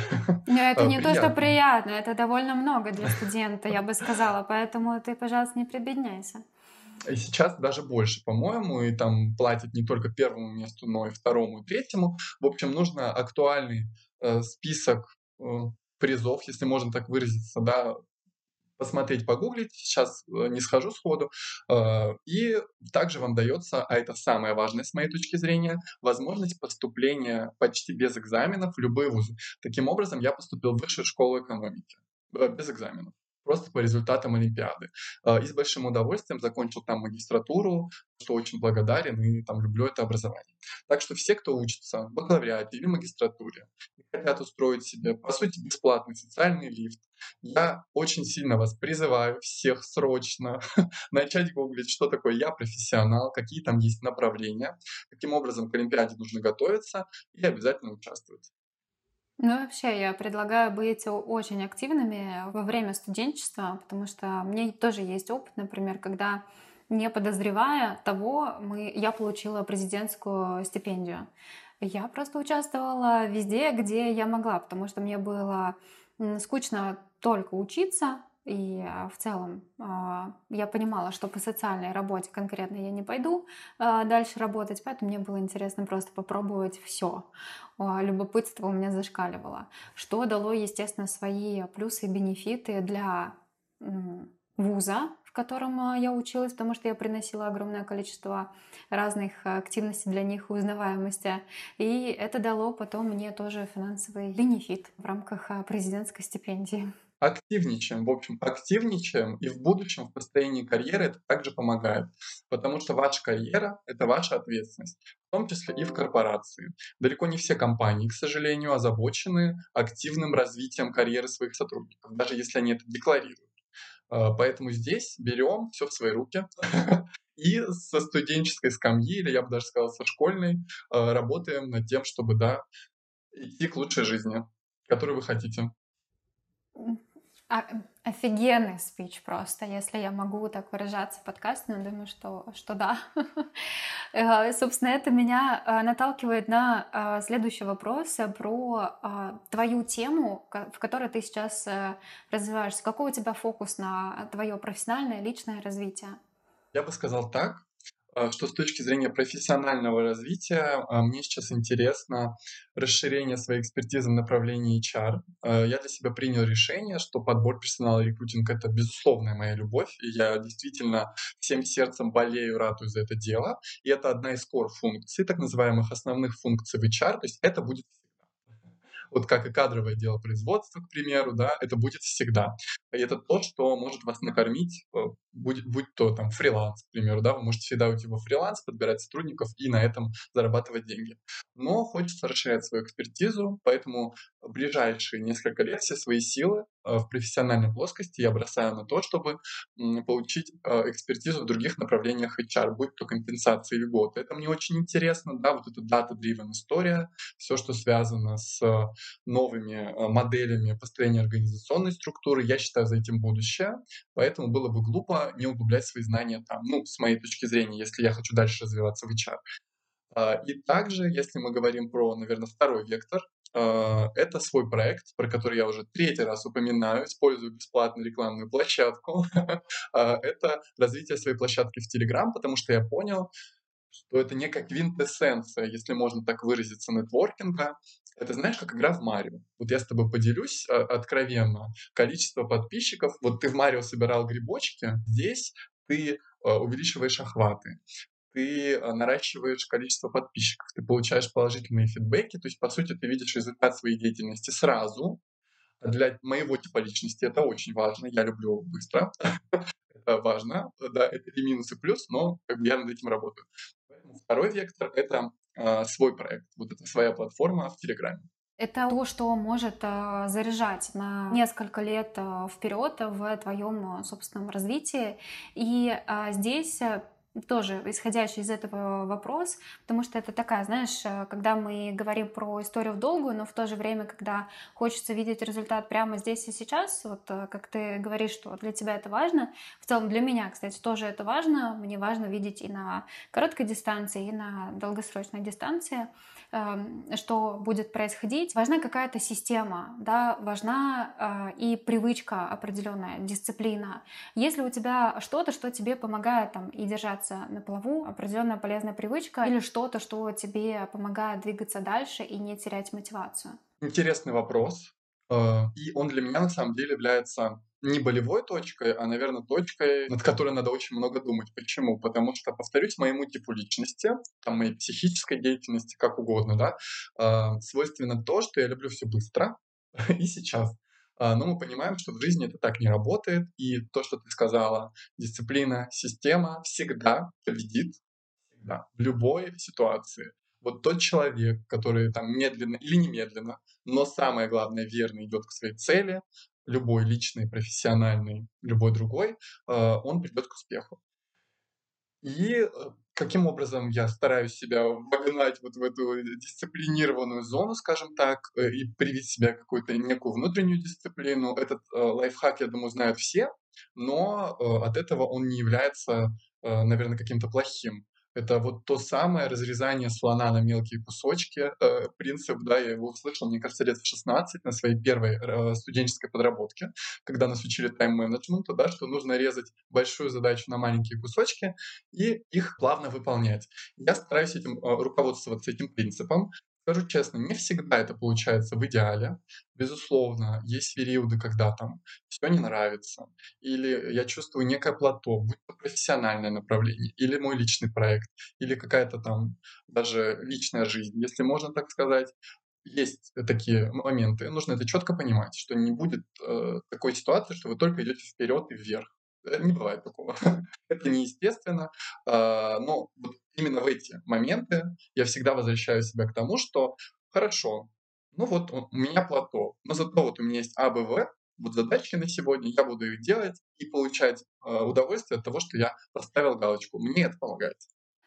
Но это А, не то, что Приятно. приятно, это довольно много для студента, я бы сказала. Поэтому ты, пожалуйста, не прибедняйся. И сейчас даже больше, по-моему, и там платят не только первому месту, но и второму, и третьему. В общем, нужно актуальный э, список э, призов, если можно так выразиться, да, посмотреть, погуглить, сейчас э, не схожу сходу. Э, И также вам дается, а это самое важное с моей точки зрения, возможность поступления почти без экзаменов в любые вузы. Таким образом, я поступил в высшую школу экономики э, без экзаменов, просто по результатам Олимпиады. Э, И с большим удовольствием закончил там магистратуру, что очень благодарен и там люблю это образование. Так что все, кто учится в бакалавриате или магистратуре, и хотят устроить себе, по сути, бесплатный социальный лифт, я очень сильно вас призываю всех срочно начать гуглить, что такое «Я профессионал», какие там есть направления, каким образом к Олимпиаде нужно готовиться и обязательно участвовать. Ну, вообще, я предлагаю быть о- очень активными во время студенчества, потому что мне тоже есть опыт, например, когда, не подозревая того, мы, я получила президентскую стипендию. Я просто участвовала везде, где я могла, потому что мне было м, скучно только учиться, и а, в целом а, я понимала, что по социальной работе конкретно я не пойду а, дальше работать, поэтому мне было интересно просто попробовать все. А, любопытство у меня зашкаливало, что дало, естественно, свои плюсы и бенефиты для м, вуза, в котором а, я училась, потому что я приносила огромное количество разных а, активностей для них и узнаваемости. И это дало потом мне тоже финансовый бенефит в рамках а, президентской стипендии. Активничаем, в общем, активничаем, и в будущем в построении карьеры это также помогает, потому что ваша карьера — это ваша ответственность, в том числе и в корпорации. Далеко не все компании, к сожалению, озабочены активным развитием карьеры своих сотрудников, даже если они это декларируют. А, Поэтому здесь берем все в свои руки и со студенческой скамьи, или я бы даже сказал, со школьной, а, работаем над тем, чтобы, да, идти к лучшей жизни, которую вы хотите. А, офигенный спич просто, если я могу так выражаться в подкасте, но думаю, что, что да. Э, Собственно, это меня э, наталкивает на э, следующий вопрос э, про э, твою тему, ко- в которой ты сейчас э, развиваешься. Какой у тебя фокус на твое профессиональное, личное развитие? Я бы сказал так, а, что с точки зрения профессионального развития, а, мне сейчас интересно расширение своей экспертизы в направлении эйч ар. А, Я для себя принял решение, что подбор персонала и рекрутинг — это безусловная моя любовь, и я действительно всем сердцем болею, ратую за это дело. И это одна из core-функций, так называемых основных функций в эйч ар, то есть это будет вот как и кадровое дело производства, к примеру, да, это будет всегда. И это то, что может вас накормить, э, будет, будь то там фриланс, к примеру, да, вы можете всегда уйти во фриланс, подбирать сотрудников и на этом зарабатывать деньги. Но хочется расширять свою экспертизу, поэтому ближайшие несколько лет все свои силы э, в профессиональной плоскости я бросаю на то, чтобы м, получить э, экспертизу в других направлениях эйч ар, будь то компенсации и льготы. Это мне очень интересно, да, вот эта data-driven история, все, что связано с э, новыми э, моделями построения организационной структуры. Я считаю за этим будущее, поэтому было бы глупо не углублять свои знания там, ну, с моей точки зрения, если я хочу дальше развиваться в эйч ар. А, И также, если мы говорим про, наверное, второй вектор, а, это свой проект, про который я уже третий раз упоминаю, использую бесплатную рекламную площадку. А, Это развитие своей площадки в Telegram, потому что я понял, что это некая квинтэссенция, если можно так выразиться, нетворкинга. Это, знаешь, как игра в Марио. Вот я с тобой поделюсь а, откровенно. Количество подписчиков. Вот ты в Марио собирал грибочки, здесь ты а, увеличиваешь охваты, ты а, наращиваешь количество подписчиков, ты получаешь положительные фидбэки, то есть, по сути, ты видишь результат своей деятельности сразу. А Для моего типа личности это очень важно. Я люблю быстро. Это важно. Да, это и минус, и плюс, но как бы я над этим работаю. Поэтому второй вектор — это а, свой проект. Вот это своя платформа в Телеграме. Это то, что может э, заряжать на несколько лет вперед в твоем э, собственном развитии. И э, здесь э, тоже исходящий из этого вопрос, потому что это такая, знаешь, э, когда мы говорим про историю в долгую, но в то же время, когда хочется видеть результат прямо здесь и сейчас, вот э, как ты говоришь, что для тебя это важно, в целом для меня, кстати, тоже это важно, мне важно видеть и на короткой дистанции, и на долгосрочной дистанции, эм, что будет происходить. Важна какая-то система, да, важна э, и привычка определенная, дисциплина. Если у тебя что-то, что тебе помогает там и держаться на плаву, определенная полезная привычка, или что-то, что тебе помогает двигаться дальше и не терять мотивацию. Интересный вопрос. Э, И он для меня на самом деле является не болевой точкой, а, наверное, точкой, над которой надо очень много думать. Почему? Потому что, повторюсь, моему типу личности, там, моей психической деятельности, как угодно, да, э, свойственно то, что я люблю все быстро и сейчас. А, Но мы понимаем, что в жизни это так не работает, и то, что ты сказала, дисциплина, система всегда победит, да, в любой ситуации. Вот тот человек, который там медленно или немедленно, но самое главное, верно идет к своей цели, любой личный, профессиональный, любой другой, э, он придет к успеху. И э, каким образом я стараюсь себя вогнать вот в эту дисциплинированную зону, скажем так, э, и привить в себя какую-то некую внутреннюю дисциплину. Этот э, лайфхак, я думаю, знают все, но э, от этого он не является, э, наверное, каким-то плохим. Это вот то самое разрезание слона на мелкие кусочки. Э, принцип, да, я его услышал, мне кажется, лет в шестнадцать на своей первой э, студенческой подработке, когда нас учили тайм-менеджменту, да, что нужно резать большую задачу на маленькие кусочки и их плавно выполнять. Я стараюсь этим, э, руководствоваться этим принципом. Скажу честно, не всегда это получается в идеале. Безусловно, есть периоды, когда там все не нравится, или я чувствую некое плато, будь то профессиональное направление, или мой личный проект, или какая-то там даже личная жизнь, если можно так сказать. Есть такие моменты. Нужно это четко понимать, что не будет э, такой ситуации, что вы только идете вперед и вверх. Э, Не бывает такого. Это неестественно. А, Но вот именно в эти моменты я всегда возвращаю себя к тому, что хорошо, ну вот у у меня плато, но зато вот у меня есть А, Б, В, вот задачки на сегодня, я буду их делать и получать э, удовольствие от того, что я поставил галочку. Мне это помогает.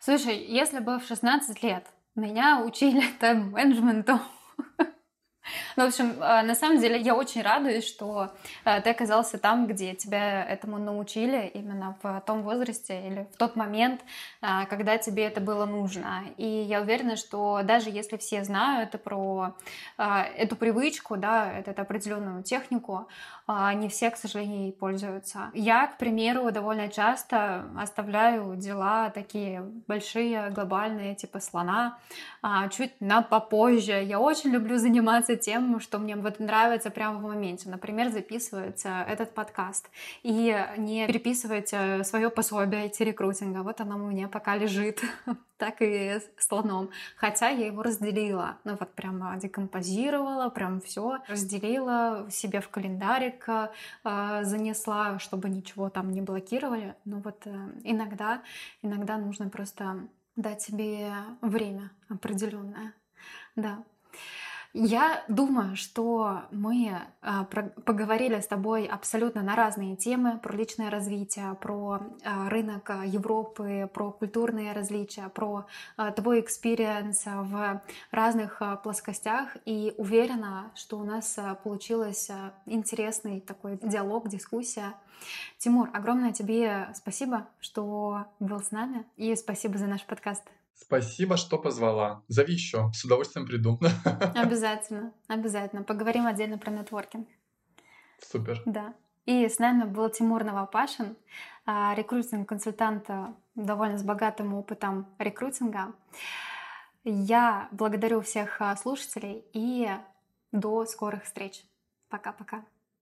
Слушай, если бы в шестнадцать лет меня учили тайм-менеджменту, Ну, в общем, э, на самом деле я очень радуюсь, что э, ты оказался там, где тебя этому научили, именно в том возрасте или в тот момент, э, когда тебе это было нужно. И я уверена, что даже если все знают про э, эту привычку, да, эту, эту определенную технику, э, не все, к сожалению, ей пользуются. Я, к примеру, довольно часто оставляю дела такие большие, глобальные, типа слона, а, чуть на попозже. Я очень люблю заниматься тем, что мне вот нравится прямо в моменте. Например, записывать э, этот подкаст и не переписывать свое пособие IT-рекрутинга. Вот оно у меня пока лежит, так и слоном. Хотя я его разделила. Ну вот прямо декомпозировала, прям все разделила, себе в календарик э, занесла, чтобы ничего там не блокировали. Ну вот э, иногда, иногда нужно просто дать себе время определенное. Да. Я думаю, что мы а, про- поговорили с тобой абсолютно на разные темы: про личное развитие, про а, рынок а, Европы, про культурные различия, про а, твой экспириенс а, в разных а, плоскостях. И уверена, что у нас а, получилось а, интересный такой диалог, дискуссия. Тимур, огромное тебе спасибо, что был с нами, и спасибо за наш подкаст. Спасибо, что позвала. Зови еще, с удовольствием приду. Обязательно, обязательно. Поговорим отдельно про нетворкинг. Супер. Да. И с нами был Тимур Новопашин, а, рекрутинг-консультант а, довольно с богатым опытом рекрутинга. Я благодарю всех а, слушателей и до скорых встреч. Пока-пока.